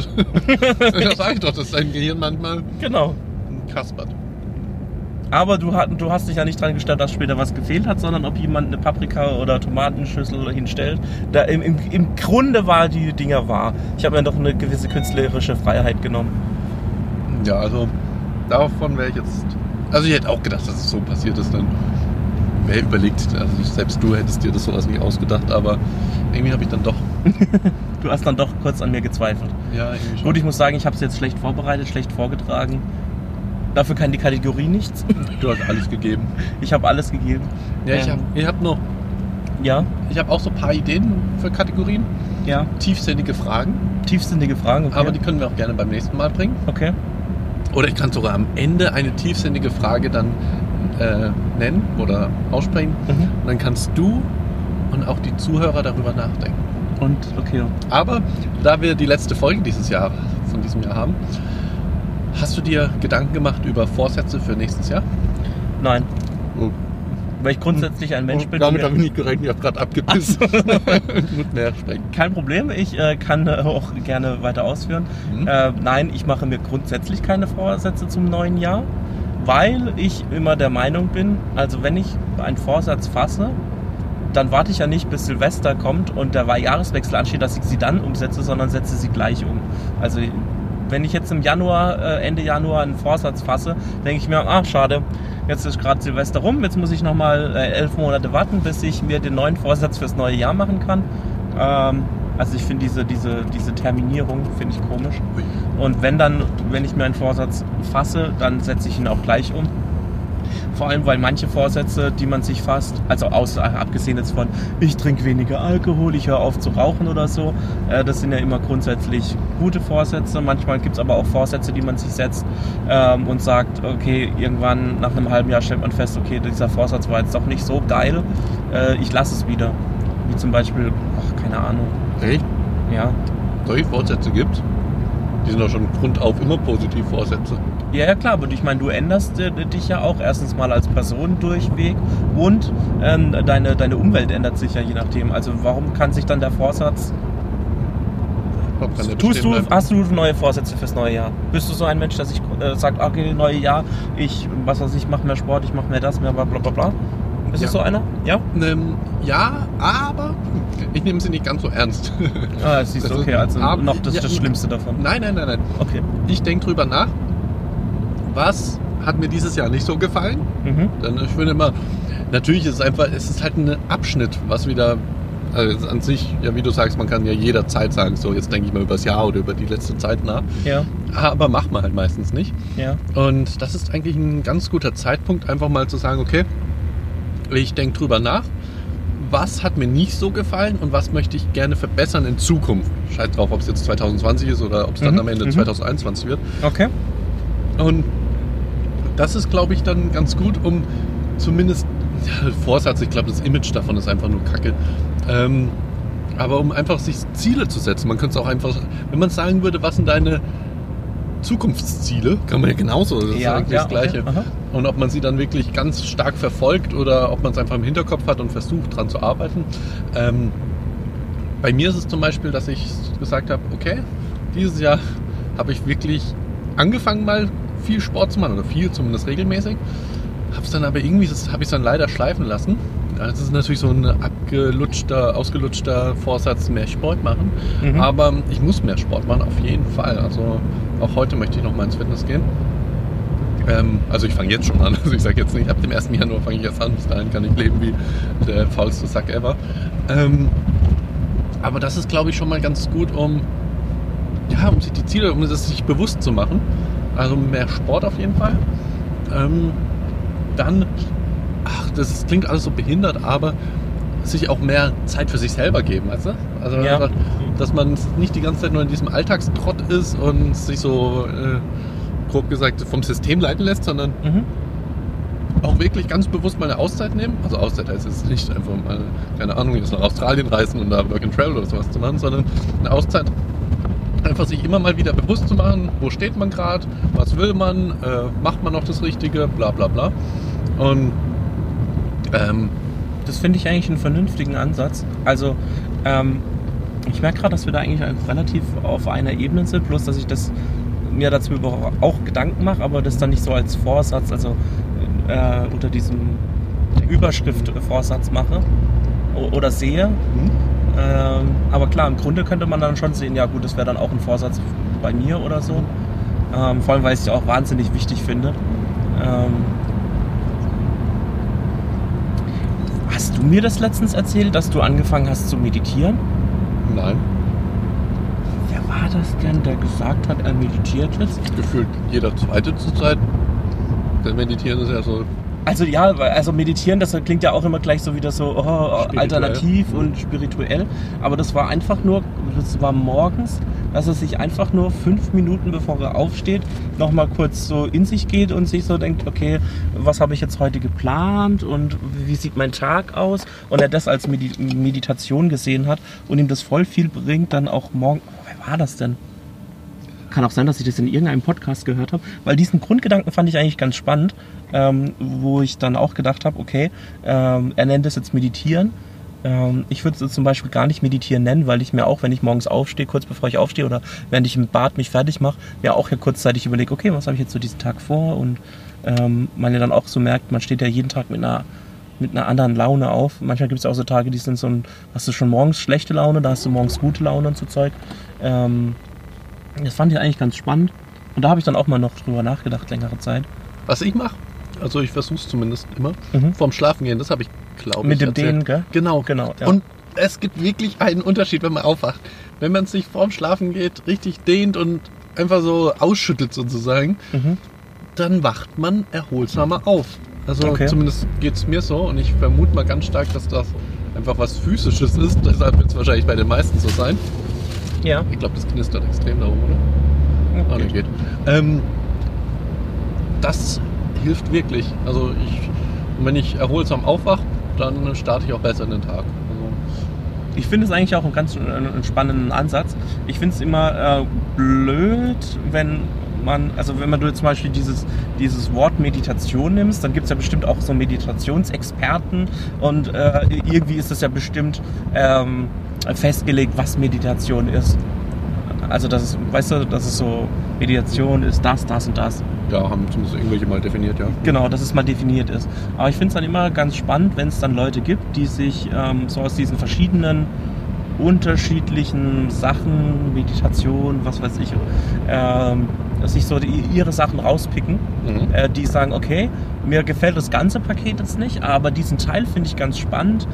das sag ich doch, dass dein Gehirn manchmal kaspert. Aber du hast dich ja nicht dran gestellt, dass später was gefehlt hat, sondern ob jemand eine Paprika- oder Tomatenschüssel hinstellt. Im Grunde war die Dinger wahr. Ich habe mir doch eine gewisse künstlerische Freiheit genommen. Ja, also davon wäre ich jetzt... Also ich hätte auch gedacht, dass es so passiert ist, dann wäre überlegt, also selbst du hättest dir das sowas nicht ausgedacht, aber irgendwie habe ich dann doch... Du hast dann doch kurz an mir gezweifelt. Ja, irgendwie schon. Gut, ich muss sagen, ich habe es jetzt schlecht vorbereitet, schlecht vorgetragen. Dafür kann die Kategorie nichts. Du hast alles gegeben. Ich habe alles gegeben. Ja, ich habe noch... Ja? Ich habe auch so ein paar Ideen für Kategorien. Ja. Tiefsinnige Fragen. Tiefsinnige Fragen, okay. Aber die können wir auch gerne beim nächsten Mal bringen. Okay. Oder ich kann sogar am Ende eine tiefsinnige Frage dann nennen oder aussprechen. Und dann kannst du und auch die Zuhörer darüber nachdenken. Und, okay. Aber da wir die letzte Folge von diesem Jahr haben, hast du dir Gedanken gemacht über Vorsätze für nächstes Jahr? Nein. Oh. Weil ich grundsätzlich ein Mensch bin. Damit habe ich nicht gerechnet, ich habe gerade abgebissen. Ich muss mehr sprechen. Kein Problem, ich kann auch gerne weiter ausführen. Nein, ich mache mir grundsätzlich keine Vorsätze zum neuen Jahr, weil ich immer der Meinung bin, also wenn ich einen Vorsatz fasse, dann warte ich ja nicht, bis Silvester kommt und der Jahreswechsel ansteht, dass ich sie dann umsetze, sondern setze sie gleich um. Also wenn ich jetzt im Ende Januar einen Vorsatz fasse, denke ich mir, schade, jetzt ist gerade Silvester rum, jetzt muss ich nochmal 11 Monate warten, bis ich mir den neuen Vorsatz fürs neue Jahr machen kann. Also ich finde diese Terminierung finde ich komisch. Und wenn ich mir einen Vorsatz fasse, dann setze ich ihn auch gleich um. Vor allem, weil manche Vorsätze, die man sich fasst, also abgesehen jetzt von, ich trinke weniger Alkohol, ich höre auf zu rauchen oder so, das sind ja immer grundsätzlich gute Vorsätze. Manchmal gibt es aber auch Vorsätze, die man sich setzt und sagt, okay, irgendwann nach einem halben Jahr stellt man fest, okay, dieser Vorsatz war jetzt doch nicht so geil, ich lasse es wieder. Wie zum Beispiel, keine Ahnung. Echt? Ja. Solche Vorsätze gibt's? Die sind doch schon grundauf immer positiv Vorsätze. Ja, klar, aber ich meine, du änderst dich ja auch erstens mal als Person durchweg und deine Umwelt ändert sich ja je nachdem. Also warum kann sich dann der Vorsatz... Hast du neue Vorsätze fürs neue Jahr? Bist du so ein Mensch, der sich sagt, okay, neue Jahr, ich mache mehr Sport, ich mache mehr das, mehr bla bla bla? Bist du so einer? Ja? Ja, aber ich nehme sie nicht ganz so ernst. Ah, siehst du, okay, also noch das Schlimmste davon. Nein. Okay. Ich denke drüber nach, was hat mir dieses Jahr nicht so gefallen. Dann, ich finde immer, natürlich ist es ist halt ein Abschnitt, was wieder, also an sich, ja wie du sagst, man kann ja jederzeit sagen, so jetzt denke ich mal über das Jahr oder über die letzte Zeit nach. Ja. Aber macht man halt meistens nicht. Ja. Und das ist eigentlich ein ganz guter Zeitpunkt, einfach mal zu sagen, okay, ich denke drüber nach, was hat mir nicht so gefallen und was möchte ich gerne verbessern in Zukunft. Scheiß drauf, ob es jetzt 2020 ist oder ob es dann am Ende 2021 wird. Okay. Und das ist, glaube ich, dann ganz gut, um zumindest, Vorsatz, ich glaube, das Image davon ist einfach nur Kacke. Aber um einfach sich Ziele zu setzen. Man könnte es auch einfach, wenn man sagen würde, was sind deine Zukunftsziele, kann man ja genauso, das ist eigentlich das Gleiche. Okay. Und ob man sie dann wirklich ganz stark verfolgt oder ob man es einfach im Hinterkopf hat und versucht, dran zu arbeiten. Bei mir ist es zum Beispiel, dass ich gesagt habe, okay, dieses Jahr habe ich wirklich angefangen, mal viel Sport zu machen, oder viel, zumindest regelmäßig. Habe es dann aber irgendwie, habe ich es dann leider schleifen lassen. Das ist natürlich so ein ausgelutschter Vorsatz, mehr Sport machen. Aber ich muss mehr Sport machen, auf jeden Fall. Also auch heute möchte ich noch mal ins Fitness gehen. Also ich fange jetzt schon an. Also ich sage jetzt nicht, ab dem 1. Januar fange ich erst an. Bis dahin kann ich leben wie der faulste Sack ever. Aber das ist, glaube ich, schon mal ganz gut, um sich die Ziele, um das sich bewusst zu machen. Also mehr Sport auf jeden Fall. Dann, das klingt alles so behindert, aber sich auch mehr Zeit für sich selber geben, weißt du? Also einfach, dass man nicht die ganze Zeit nur in diesem Alltagstrott ist und sich so, grob gesagt, vom System leiten lässt, sondern auch wirklich ganz bewusst mal eine Auszeit nehmen. Also Auszeit heißt jetzt nicht einfach mal, keine Ahnung, jetzt nach Australien reisen und da Work and Travel oder sowas zu machen, sondern eine Auszeit einfach sich immer mal wieder bewusst zu machen, wo steht man gerade, was will man, macht man noch das Richtige, bla bla bla. Und das finde ich eigentlich einen vernünftigen Ansatz. Also ich merke gerade, dass wir da eigentlich relativ auf einer Ebene sind, bloß dass ich mir dazu auch Gedanken mache, aber das dann nicht so als Vorsatz, also unter diesem Überschrift Vorsatz mache oder sehe. Aber klar, im Grunde könnte man dann schon sehen, ja gut, das wäre dann auch ein Vorsatz bei mir oder so. Vor allem, weil ich es ja auch wahnsinnig wichtig finde. Hast du mir das letztens erzählt, dass du angefangen hast zu meditieren? Nein. Wer war das denn, der gesagt hat, er meditiert jetzt? Gefühlt jeder Zweite zur Zeit. Das Meditieren ist ja so... Also meditieren, das klingt ja auch immer gleich so wieder so alternativ und spirituell. Aber das war einfach nur, das war morgens, dass er sich einfach nur 5 Minuten bevor er aufsteht, nochmal kurz so in sich geht und sich so denkt, okay, was habe ich jetzt heute geplant und wie sieht mein Tag aus? Und er das als Meditation gesehen hat und ihm das voll viel bringt, dann auch morgen... Wer war das denn? Kann auch sein, dass ich das in irgendeinem Podcast gehört habe, weil diesen Grundgedanken fand ich eigentlich ganz spannend, wo ich dann auch gedacht habe, okay, er nennt das jetzt Meditieren. Ich würde es zum Beispiel gar nicht Meditieren nennen, weil ich mir auch, wenn ich morgens aufstehe, kurz bevor ich aufstehe oder während ich im Bad mich fertig mache, mir auch ja kurzzeitig überlege, okay, was habe ich jetzt so diesen Tag vor und man ja dann auch so merkt, man steht ja jeden Tag mit einer anderen Laune auf. Manchmal gibt es auch so Tage, die sind so hast du schon morgens schlechte Laune, da hast du morgens gute Laune und so Zeug. Das fand ich eigentlich ganz spannend. Und da habe ich dann auch mal noch drüber nachgedacht, längere Zeit. Was ich mache, also ich versuche es zumindest immer, vorm Schlafen gehen, das habe ich, glaube ich, mit dem Dehnen, gell? Genau. Ja. Und es gibt wirklich einen Unterschied, wenn man aufwacht. Wenn man sich vorm Schlafen geht, richtig dehnt und einfach so ausschüttelt sozusagen, dann wacht man erholsamer auf. Also Okay. zumindest geht es mir so und ich vermute mal ganz stark, dass das einfach was Physisches ist. Deshalb wird es wahrscheinlich bei den meisten so sein. Ja. Ich glaube, das knistert extrem da oben, oder? Ah, ne, geht. Das hilft wirklich. Also wenn ich erholsam aufwache, dann starte ich auch besser in den Tag. Also, Ich finde es eigentlich auch einen ganz spannenden Ansatz. Ich finde es immer blöd, wenn du jetzt zum Beispiel dieses Wort Meditation nimmst, dann gibt es ja bestimmt auch so Meditationsexperten und irgendwie ist es ja bestimmt festgelegt, was Meditation ist. Also das ist, weißt du, das ist so, Meditation ist das und das. ja, haben zumindest irgendwelche mal definiert, ja. Genau, dass es mal definiert ist. Aber ich finde es dann immer ganz spannend, wenn es dann Leute gibt, die sich so aus diesen verschiedenen unterschiedlichen Sachen, Meditation, was weiß ich, sich so ihre Sachen rauspicken, die sagen, okay, mir gefällt das ganze Paket jetzt nicht, aber diesen Teil finde ich ganz spannend,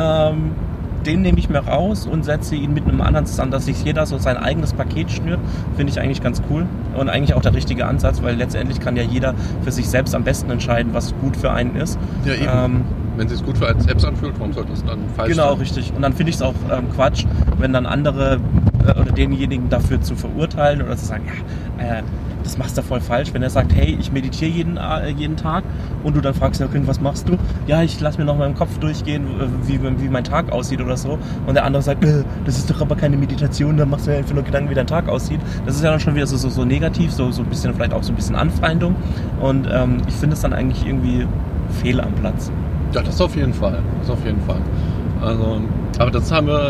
den nehme ich mir raus und setze ihn mit einem anderen zusammen, dass sich jeder so sein eigenes Paket schnürt, finde ich eigentlich ganz cool und eigentlich auch der richtige Ansatz, weil letztendlich kann ja jeder für sich selbst am besten entscheiden, was gut für einen ist. Ja, eben. Wenn es sich gut für einen selbst anfühlt, warum sollte es dann falsch sein? Genau, richtig. Und dann finde ich es auch Quatsch, wenn dann andere oder denjenigen dafür zu verurteilen oder zu sagen, ja, das machst du voll falsch. Wenn er sagt, hey, ich meditiere jeden Tag und du dann fragst, ja, okay, was machst du? Ja, ich lasse mir noch mal im Kopf durchgehen, wie mein Tag aussieht oder so. Und der andere sagt, das ist doch aber keine Meditation, da machst du ja einfach nur Gedanken, wie dein Tag aussieht. Das ist ja dann schon wieder so negativ, so ein bisschen, vielleicht auch so ein bisschen Anfeindung. Und ich finde es dann eigentlich irgendwie fehl am Platz. Ja, das auf jeden Fall. Also, aber das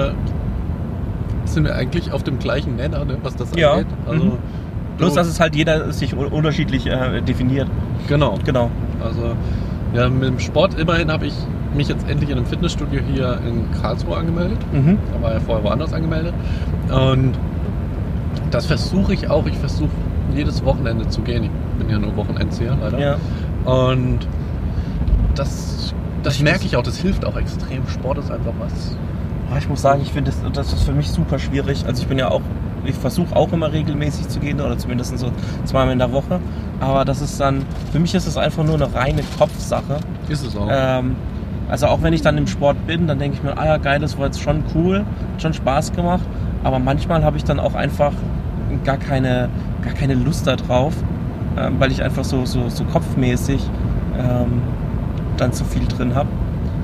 sind wir eigentlich auf dem gleichen Nenner, ne, was das angeht. Also, Bloß, dass es halt jeder sich unterschiedlich definiert. Genau. Genau. Also, ja, mit dem Sport immerhin habe ich mich jetzt endlich in einem Fitnessstudio hier in Karlsruhe angemeldet. Da war ja vorher woanders angemeldet. Und das versuche ich auch. Ich versuche jedes Wochenende zu gehen. Ich bin ja nur Wochenendzieher, leider. Ja. Und das merke ich auch. Das hilft auch extrem. Sport ist einfach was. Ich muss sagen, ich finde, das ist für mich super schwierig. Also ich versuche auch immer regelmäßig zu gehen oder zumindest so zweimal in der Woche. Aber das ist dann, für mich ist es einfach nur eine reine Kopfsache. Ist es auch. Also auch wenn ich dann im Sport bin, dann denke ich mir, ja geil, das war jetzt schon cool, hat schon Spaß gemacht. Aber manchmal habe ich dann auch einfach gar keine Lust da drauf, weil ich einfach so kopfmäßig dann zu viel drin habe.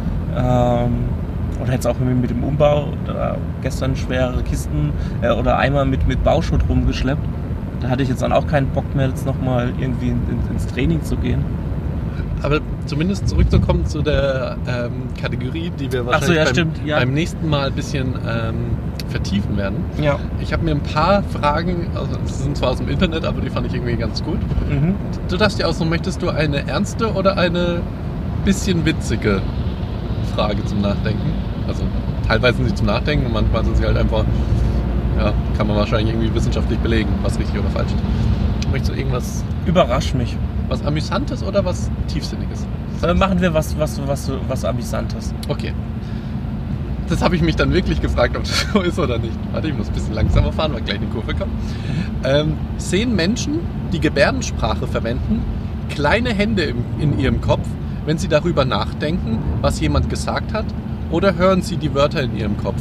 Oder jetzt auch mit dem Umbau, oder gestern schwere Kisten oder Eimer mit Bauschutt rumgeschleppt. Da hatte ich jetzt dann auch keinen Bock mehr, jetzt nochmal irgendwie ins Training zu gehen. Aber zumindest zurückzukommen zu der Kategorie, die wir wahrscheinlich beim nächsten Mal ein bisschen vertiefen werden. Ja. Ich habe mir ein paar Fragen, also das sind zwar aus dem Internet, aber die fand ich irgendwie ganz gut. Du darfst dir aussuchen, möchtest du eine ernste oder eine bisschen witzige Frage zum Nachdenken? Also teilweise sind sie zum Nachdenken und manchmal sind sie halt einfach, ja, kann man wahrscheinlich irgendwie wissenschaftlich belegen, was richtig oder falsch ist. Möchtest du irgendwas? Überrasch mich. Was Amüsantes oder was Tiefsinniges? Machen wir was Amüsantes. Okay. Das habe ich mich dann wirklich gefragt, ob das so ist oder nicht. Warte, ich muss ein bisschen langsamer fahren, weil gleich eine Kurve kommt. Sehen Menschen, die Gebärdensprache verwenden, kleine Hände in ihrem Kopf, wenn sie darüber nachdenken, was jemand gesagt hat, oder hören sie die Wörter in ihrem Kopf?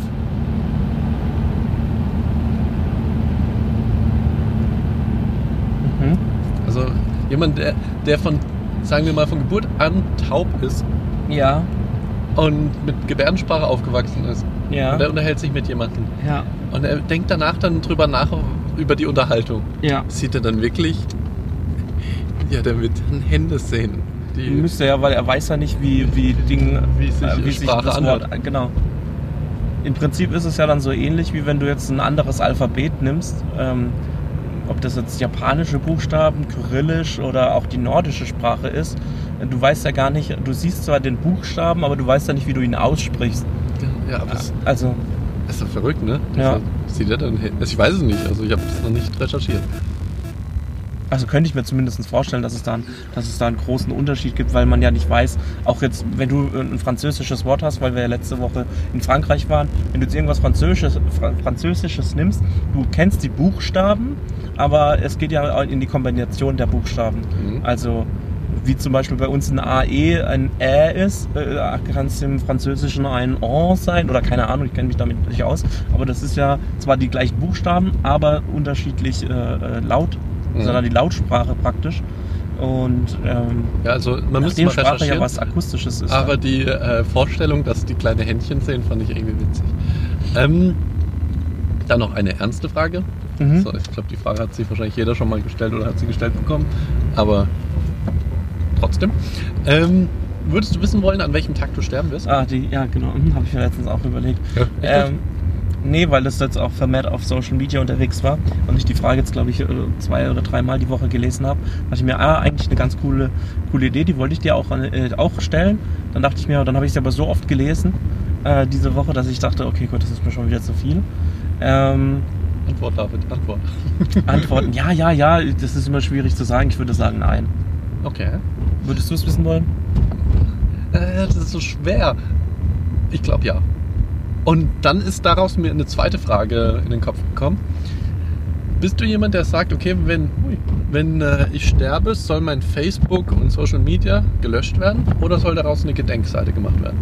Also jemand, der von, sagen wir mal, von Geburt an taub ist. Ja. Und mit Gebärdensprache aufgewachsen ist. Ja. Und er unterhält sich mit jemandem. Ja. Und er denkt danach dann drüber nach, über die Unterhaltung. Ja. Sieht er dann wirklich, ja, der wird dann Hände sehen. Müsste ja, weil er weiß ja nicht, wie sich Sprache das anhört. Wort, genau. Im Prinzip ist es ja dann so ähnlich, wie wenn du jetzt ein anderes Alphabet nimmst, ob das jetzt japanische Buchstaben, Kyrillisch oder auch die nordische Sprache ist. Du weißt ja gar nicht, du siehst zwar den Buchstaben, aber du weißt ja nicht, wie du ihn aussprichst. Ja, aber das ist doch verrückt, ne? Ja. Sieht er dann, ich weiß es nicht, also ich habe es noch nicht recherchiert. Also könnte ich mir zumindest vorstellen, dass es da einen großen Unterschied gibt, weil man ja nicht weiß, auch jetzt, wenn du ein französisches Wort hast, weil wir ja letzte Woche in Frankreich waren, wenn du jetzt irgendwas Französisches nimmst, du kennst die Buchstaben, aber es geht ja in die Kombination der Buchstaben. Also wie zum Beispiel bei uns ein AE ein Ä ist, kann es im Französischen ein En sein oder keine Ahnung, ich kenne mich damit nicht aus, aber das ist ja zwar die gleichen Buchstaben, aber unterschiedlich laut, sondern die Lautsprache praktisch. Und ja, also man müsste mal Sprache recherchieren, ja was Akustisches ist. aber die Vorstellung, dass die kleine Händchen sehen, fand ich irgendwie witzig. Dann noch eine ernste Frage. So, ich glaube, die Frage hat sich wahrscheinlich jeder schon mal gestellt oder hat sie gestellt bekommen, aber trotzdem. Würdest du wissen wollen, an welchem Tag du sterben wirst? Ja, genau, habe ich mir letztens auch überlegt. Ja, nee, weil das jetzt auch vermehrt auf Social Media unterwegs war und ich die Frage jetzt, glaube ich, 2 oder 3 Mal die Woche gelesen habe, dachte ich mir, eigentlich eine ganz coole Idee, die wollte ich dir auch stellen. Dann dachte ich mir, dann habe ich sie aber so oft gelesen diese Woche, dass ich dachte, okay, gut, das ist mir schon wieder zu viel. Antwort, David, Antwort. Antworten, ja, das ist immer schwierig zu sagen. Ich würde sagen, nein. Okay. Würdest du es wissen wollen? Das ist so schwer. Ich glaube, ja. Und dann ist daraus mir eine zweite Frage in den Kopf gekommen. Bist du jemand, der sagt, okay, wenn ich sterbe, soll mein Facebook und Social Media gelöscht werden oder soll daraus eine Gedenkseite gemacht werden?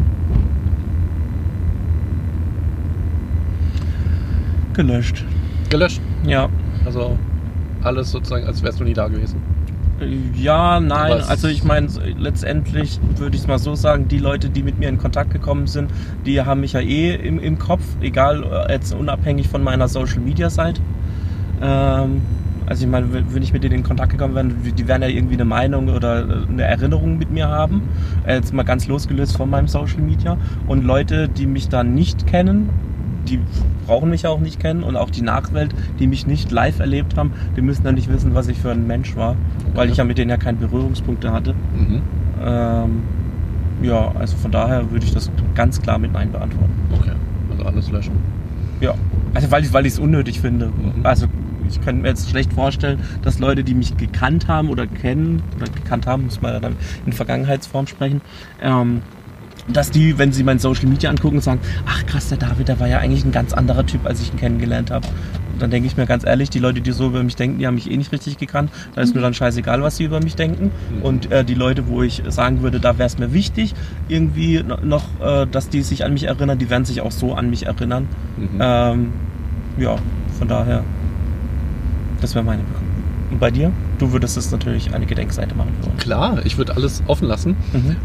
Gelöscht. Gelöscht? Ja. Also alles sozusagen, als wärst du nie da gewesen? Ja, nein, also ich meine, letztendlich würde ich es mal so sagen, die Leute, die mit mir in Kontakt gekommen sind, die haben mich ja im Kopf, egal, jetzt unabhängig von meiner Social-Media-Seite. Also ich meine, wenn ich mit denen in Kontakt gekommen wäre, die werden ja irgendwie eine Meinung oder eine Erinnerung mit mir haben, jetzt mal ganz losgelöst von meinem Social-Media. Und Leute, die mich da nicht kennen, die brauchen mich auch nicht kennen, und auch die Nachwelt, die mich nicht live erlebt haben, die müssen dann nicht wissen, was ich für ein Mensch war, weil ich ja mit denen ja keine Berührungspunkte hatte. Ja, also von daher würde ich das ganz klar mit Nein beantworten. Okay, also alles löschen. Ja, also weil ich es unnötig finde. Also ich könnte mir jetzt schlecht vorstellen, dass Leute, die mich gekannt haben oder kennen, oder gekannt haben, muss man dann in Vergangenheitsform sprechen, dass die, wenn sie mein Social Media angucken, sagen, ach krass, der David, der war ja eigentlich ein ganz anderer Typ, als ich ihn kennengelernt habe. Und dann denke ich mir ganz ehrlich, die Leute, die so über mich denken, die haben mich eh nicht richtig gekannt. Da ist mir dann scheißegal, was sie über mich denken. Und die Leute, wo ich sagen würde, da wäre es mir wichtig, irgendwie noch, dass die sich an mich erinnern, die werden sich auch so an mich erinnern. Ja, von daher, das wäre meine Begründung. Und bei dir? Du würdest es natürlich eine Gedenkseite machen wollen. Klar, ich würde alles offen lassen.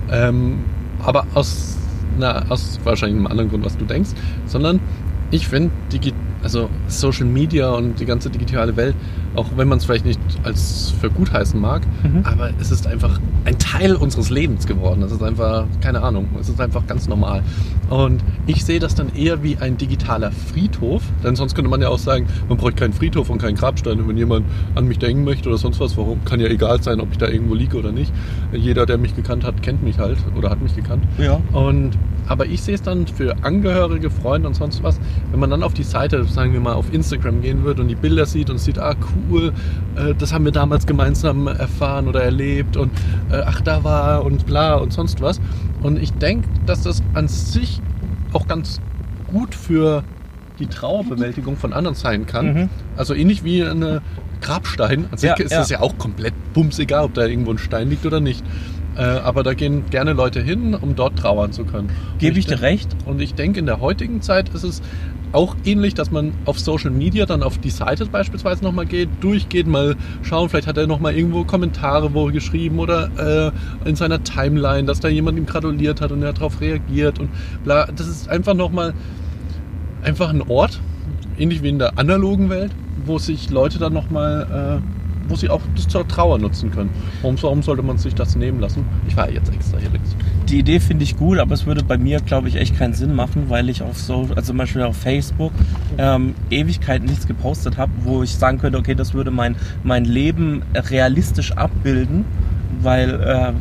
Aber aus wahrscheinlich einem anderen Grund, was du denkst, sondern ich finde also Social Media und die ganze digitale Welt, auch wenn man es vielleicht nicht als für gut heißen mag, aber es ist einfach ein Teil unseres Lebens geworden. Es ist einfach, keine Ahnung, es ist einfach ganz normal. Und ich sehe das dann eher wie ein digitaler Friedhof, denn sonst könnte man ja auch sagen, man braucht keinen Friedhof und keinen Grabstein. Und wenn jemand an mich denken möchte oder sonst was, warum, kann ja egal sein, ob ich da irgendwo liege oder nicht. Jeder, der mich gekannt hat, kennt mich halt oder hat mich gekannt. Ja. Aber ich sehe es dann für Angehörige, Freunde und sonst was, wenn man dann auf die Seite, sagen wir mal, auf Instagram gehen würde und die Bilder sieht und sieht, cool, das haben wir damals gemeinsam erfahren oder erlebt und ach, da war und bla und sonst was. Und ich denke, dass das an sich auch ganz gut für die Trauerbewältigung von anderen sein kann. Also ähnlich wie eine Grabstein. An sich ist das ja auch komplett bumsegal, ob da irgendwo ein Stein liegt oder nicht. Aber da gehen gerne Leute hin, um dort trauern zu können. Gebe ich dir recht. Und ich denke, in der heutigen Zeit ist es auch ähnlich, dass man auf Social Media dann auf die Seite beispielsweise nochmal durchgeht, mal schauen, vielleicht hat er nochmal irgendwo Kommentare wo geschrieben oder in seiner Timeline, dass da jemand ihm gratuliert hat und er hat darauf reagiert und bla. Das ist einfach nochmal einfach ein Ort, ähnlich wie in der analogen Welt, wo sich Leute dann nochmal wo sie auch das zur Trauer nutzen können. Warum sollte man sich das nehmen lassen? Ich war jetzt extra hier links. Die Idee finde ich gut, aber es würde bei mir, glaube ich, echt keinen Sinn machen, weil ich also zum Beispiel auf Facebook Ewigkeiten nichts gepostet habe, wo ich sagen könnte, okay, das würde mein Leben realistisch abbilden, weil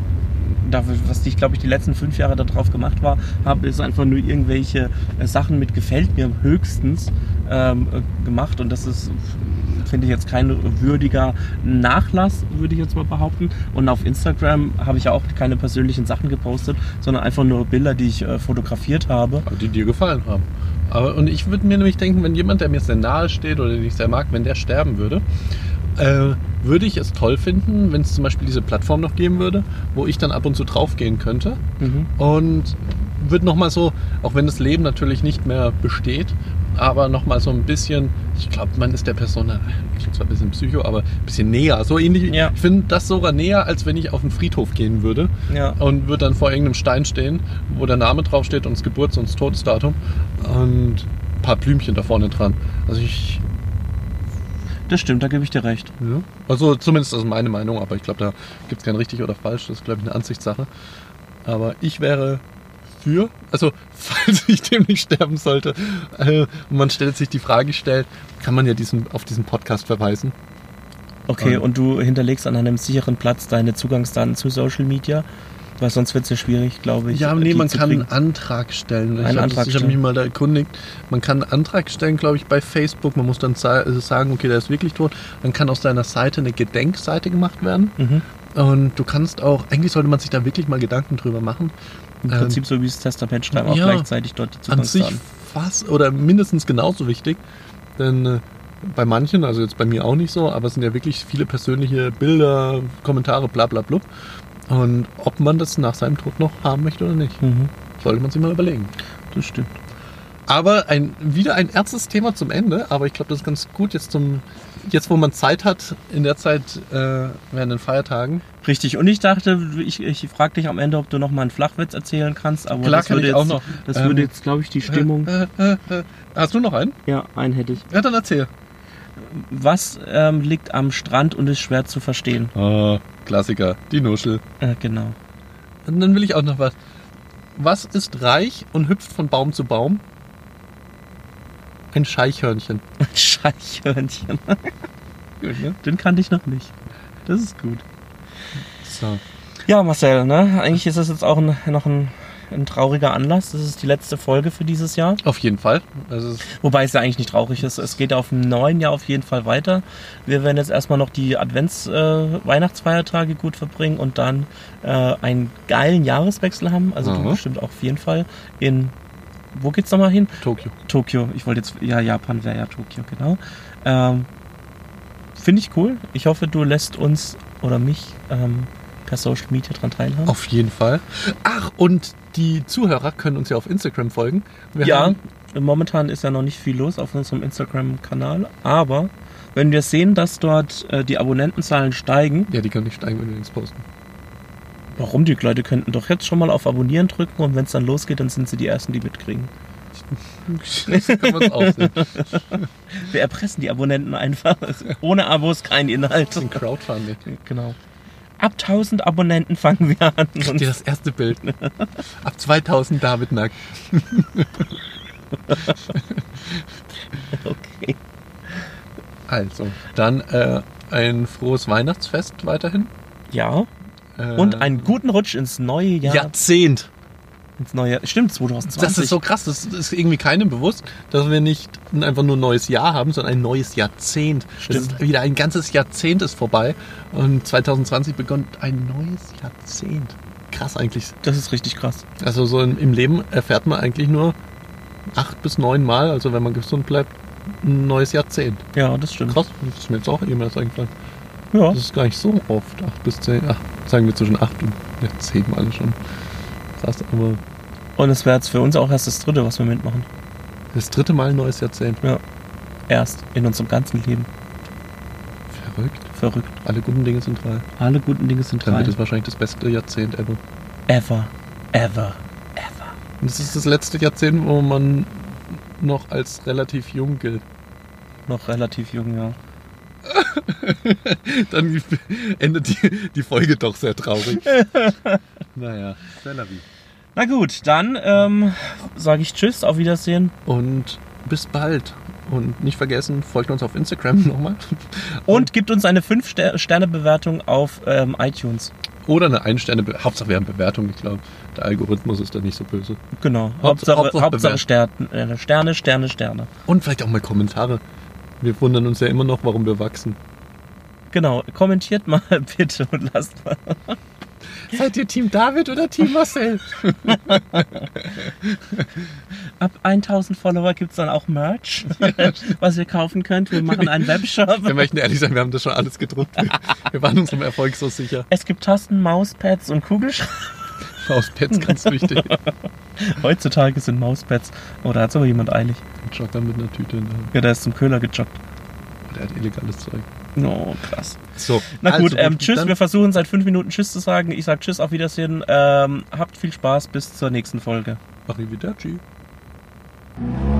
was ich, glaube ich, die letzten 5 Jahre darauf gemacht habe, ist einfach nur irgendwelche Sachen mit gefällt mir höchstens gemacht, und das ist, finde ich, jetzt kein würdiger Nachlass, würde ich jetzt mal behaupten. Und auf Instagram habe ich ja auch keine persönlichen Sachen gepostet, sondern einfach nur Bilder, die ich fotografiert habe. Die dir gefallen haben. Und ich würde mir nämlich denken, wenn jemand, der mir sehr nahe steht oder den ich sehr mag, wenn der sterben würde, würde ich es toll finden, wenn es zum Beispiel diese Plattform noch geben würde, wo ich dann ab und zu drauf gehen könnte. Und würde nochmal so, auch wenn das Leben natürlich nicht mehr besteht, aber nochmal so ein bisschen, ich glaube, man ist der Person, ich bin zwar ein bisschen Psycho, aber ein bisschen näher. So ähnlich, Ja. Ich finde das sogar näher, als wenn ich auf den Friedhof gehen würde und würde dann vor irgendeinem Stein stehen, wo der Name draufsteht und das Geburts- und das Todesdatum und ein paar Blümchen da vorne dran. Also Das stimmt, da gebe ich dir recht. ja. Also zumindest das ist meine Meinung, aber ich glaube, da gibt es kein richtig oder falsch. Das ist, glaube ich, eine Ansichtssache. Aber ich wäre für, also falls ich dem nicht sterben sollte, und man sich die Frage stellt, kann man ja auf diesen Podcast verweisen. Okay, und du hinterlegst an einem sicheren Platz deine Zugangsdaten zu Social Media, weil sonst wird es ja schwierig, glaube ich. Ja, nee, die man zu kann kriegen. einen Antrag stellen. Einen Antrag Ich habe stellen. mich mal da erkundigt. Man kann einen Antrag stellen, glaube ich, bei Facebook. Man muss dann sagen, okay, der ist wirklich tot. Dann kann aus deiner Seite eine Gedenkseite gemacht werden. Und du kannst auch, eigentlich sollte man sich da wirklich mal Gedanken drüber machen. Im Prinzip so wie das Testament schreiben, auch ja, gleichzeitig dort die An sich Zugangsdaten. fast oder mindestens genauso wichtig. Denn bei manchen, also jetzt bei mir auch nicht so, aber es sind ja wirklich viele persönliche Bilder, Kommentare, bla bla blub. Und ob man das nach seinem Tod noch haben möchte oder nicht, sollte man sich mal überlegen. Das stimmt. Aber wieder ein ernstes Thema zum Ende, aber ich glaube, das ist ganz gut jetzt wo man Zeit hat, in der Zeit während den Feiertagen. Richtig, und ich dachte, ich frage dich am Ende, ob du noch mal einen Flachwitz erzählen kannst, aber Klar, das kann würde ich jetzt, auch noch. Das würde jetzt, glaube ich, die Stimmung... Hast du noch einen? Ja, einen hätte ich. Ja, dann erzähl. Was liegt am Strand und ist schwer zu verstehen? Klassiker, die Nuschel. Genau. Und dann will ich auch noch was. Was ist reich und hüpft von Baum zu Baum? Ein Scheichhörnchen. Scheichhörnchen. Gut, ne? Den kannte ich noch nicht. Das ist gut. So. Ja, Marcel, ne? Eigentlich ist das jetzt auch noch ein trauriger Anlass. Das ist die letzte Folge für dieses Jahr. Auf jeden Fall. Also Wobei es ja eigentlich nicht traurig ist. Es geht auf dem neuen Jahr auf jeden Fall weiter. Wir werden jetzt erstmal noch die Weihnachtsfeiertage gut verbringen und dann einen geilen Jahreswechsel haben. Also du bestimmt auch auf jeden Fall wo geht's nochmal hin? Tokio. Ich wollte jetzt, ja, Japan wäre ja Tokio, genau. Finde ich cool. Ich hoffe, du lässt uns oder mich per Social Media dran teilhaben. auf jeden Fall. Ach, und die Zuhörer können uns ja auf Instagram folgen. Momentan ist ja noch nicht viel los auf unserem Instagram-Kanal, aber wenn wir sehen, dass dort die Abonnentenzahlen steigen... Ja, die können nicht steigen, wenn wir nichts posten. Warum? Die Leute könnten doch jetzt schon mal auf Abonnieren drücken und wenn es dann losgeht, dann sind sie die Ersten, die mitkriegen. So kann man es auch sehen. Wir erpressen die Abonnenten einfach. Ohne Abos kein Inhalt. Ein Crowdfunding. Genau. Ab 1000 Abonnenten fangen wir an. Kriegt ihr das erste Bild? Ab 2000 David nackt. Okay. Also, dann ein frohes Weihnachtsfest weiterhin. Ja. Und einen guten Rutsch ins neue Jahr. Jahrzehnt. Ins neue, stimmt, 2020. Das ist so krass. Das ist irgendwie keinem bewusst, dass wir nicht einfach nur ein neues Jahr haben, sondern ein neues Jahrzehnt. Stimmt. Das ist wieder ein ganzes Jahrzehnt ist vorbei. Und 2020 begann ein neues Jahrzehnt. Krass eigentlich. Das ist richtig krass. Also so im Leben erfährt man eigentlich nur 8 bis 9 Mal, also wenn man gesund bleibt, ein neues Jahrzehnt. Ja, das stimmt. Krass, das ist mir jetzt auch eben erst eingefallen. Ja. Das ist gar nicht so oft. 8 bis 10, sagen wir zwischen 8 und 10 Mal schon. Krass, aber Und es wäre jetzt für uns auch erst das dritte, was wir mitmachen. das 3. Mal ein neues Jahrzehnt. Ja. Erst in unserem ganzen Leben. Verrückt. Alle guten Dinge sind 3. Alle guten Dinge sind Dann 3. wird es wahrscheinlich das beste Jahrzehnt ever. Ever. Und das ist das letzte Jahrzehnt, wo man noch als relativ jung gilt. Noch relativ jung, ja. Dann endet die Folge doch sehr traurig. Naja, c'est la vie. Na gut, dann sage ich Tschüss, auf Wiedersehen. Und bis bald. Und nicht vergessen, folgt uns auf Instagram nochmal. Und gibt uns eine 5-Sterne-Bewertung auf iTunes. Oder eine 1-Sterne-Bewertung. Hauptsache wir haben Bewertung, ich glaube. Der Algorithmus ist da nicht so böse. Genau. Hauptsache Sterne. Und vielleicht auch mal Kommentare. Wir wundern uns ja immer noch, warum wir wachsen. Genau. Kommentiert mal bitte und lasst mal. Seid ihr Team David oder Team Marcel? Ab 1000 Follower gibt es dann auch Merch, was ihr kaufen könnt. Wir machen einen Webshop. Wir möchten ehrlich sein, wir haben das schon alles gedruckt. Wir waren unserem Erfolg so sicher. Es gibt Tasten, Mauspads und Kugelschreiber. Mauspads, ganz wichtig. Heutzutage sind Mauspads. Oh, da hat es aber jemand eilig. Ein Jogger mit einer Tüte in der Hand. Ja, der ist zum Köhler gejoggt. Der hat illegales Zeug. Oh, krass. So, Na gut, also, tschüss. Wir versuchen seit 5 Minuten Tschüss zu sagen. Ich sage Tschüss, auf Wiedersehen. Habt viel Spaß, bis zur nächsten Folge. Arrivederci.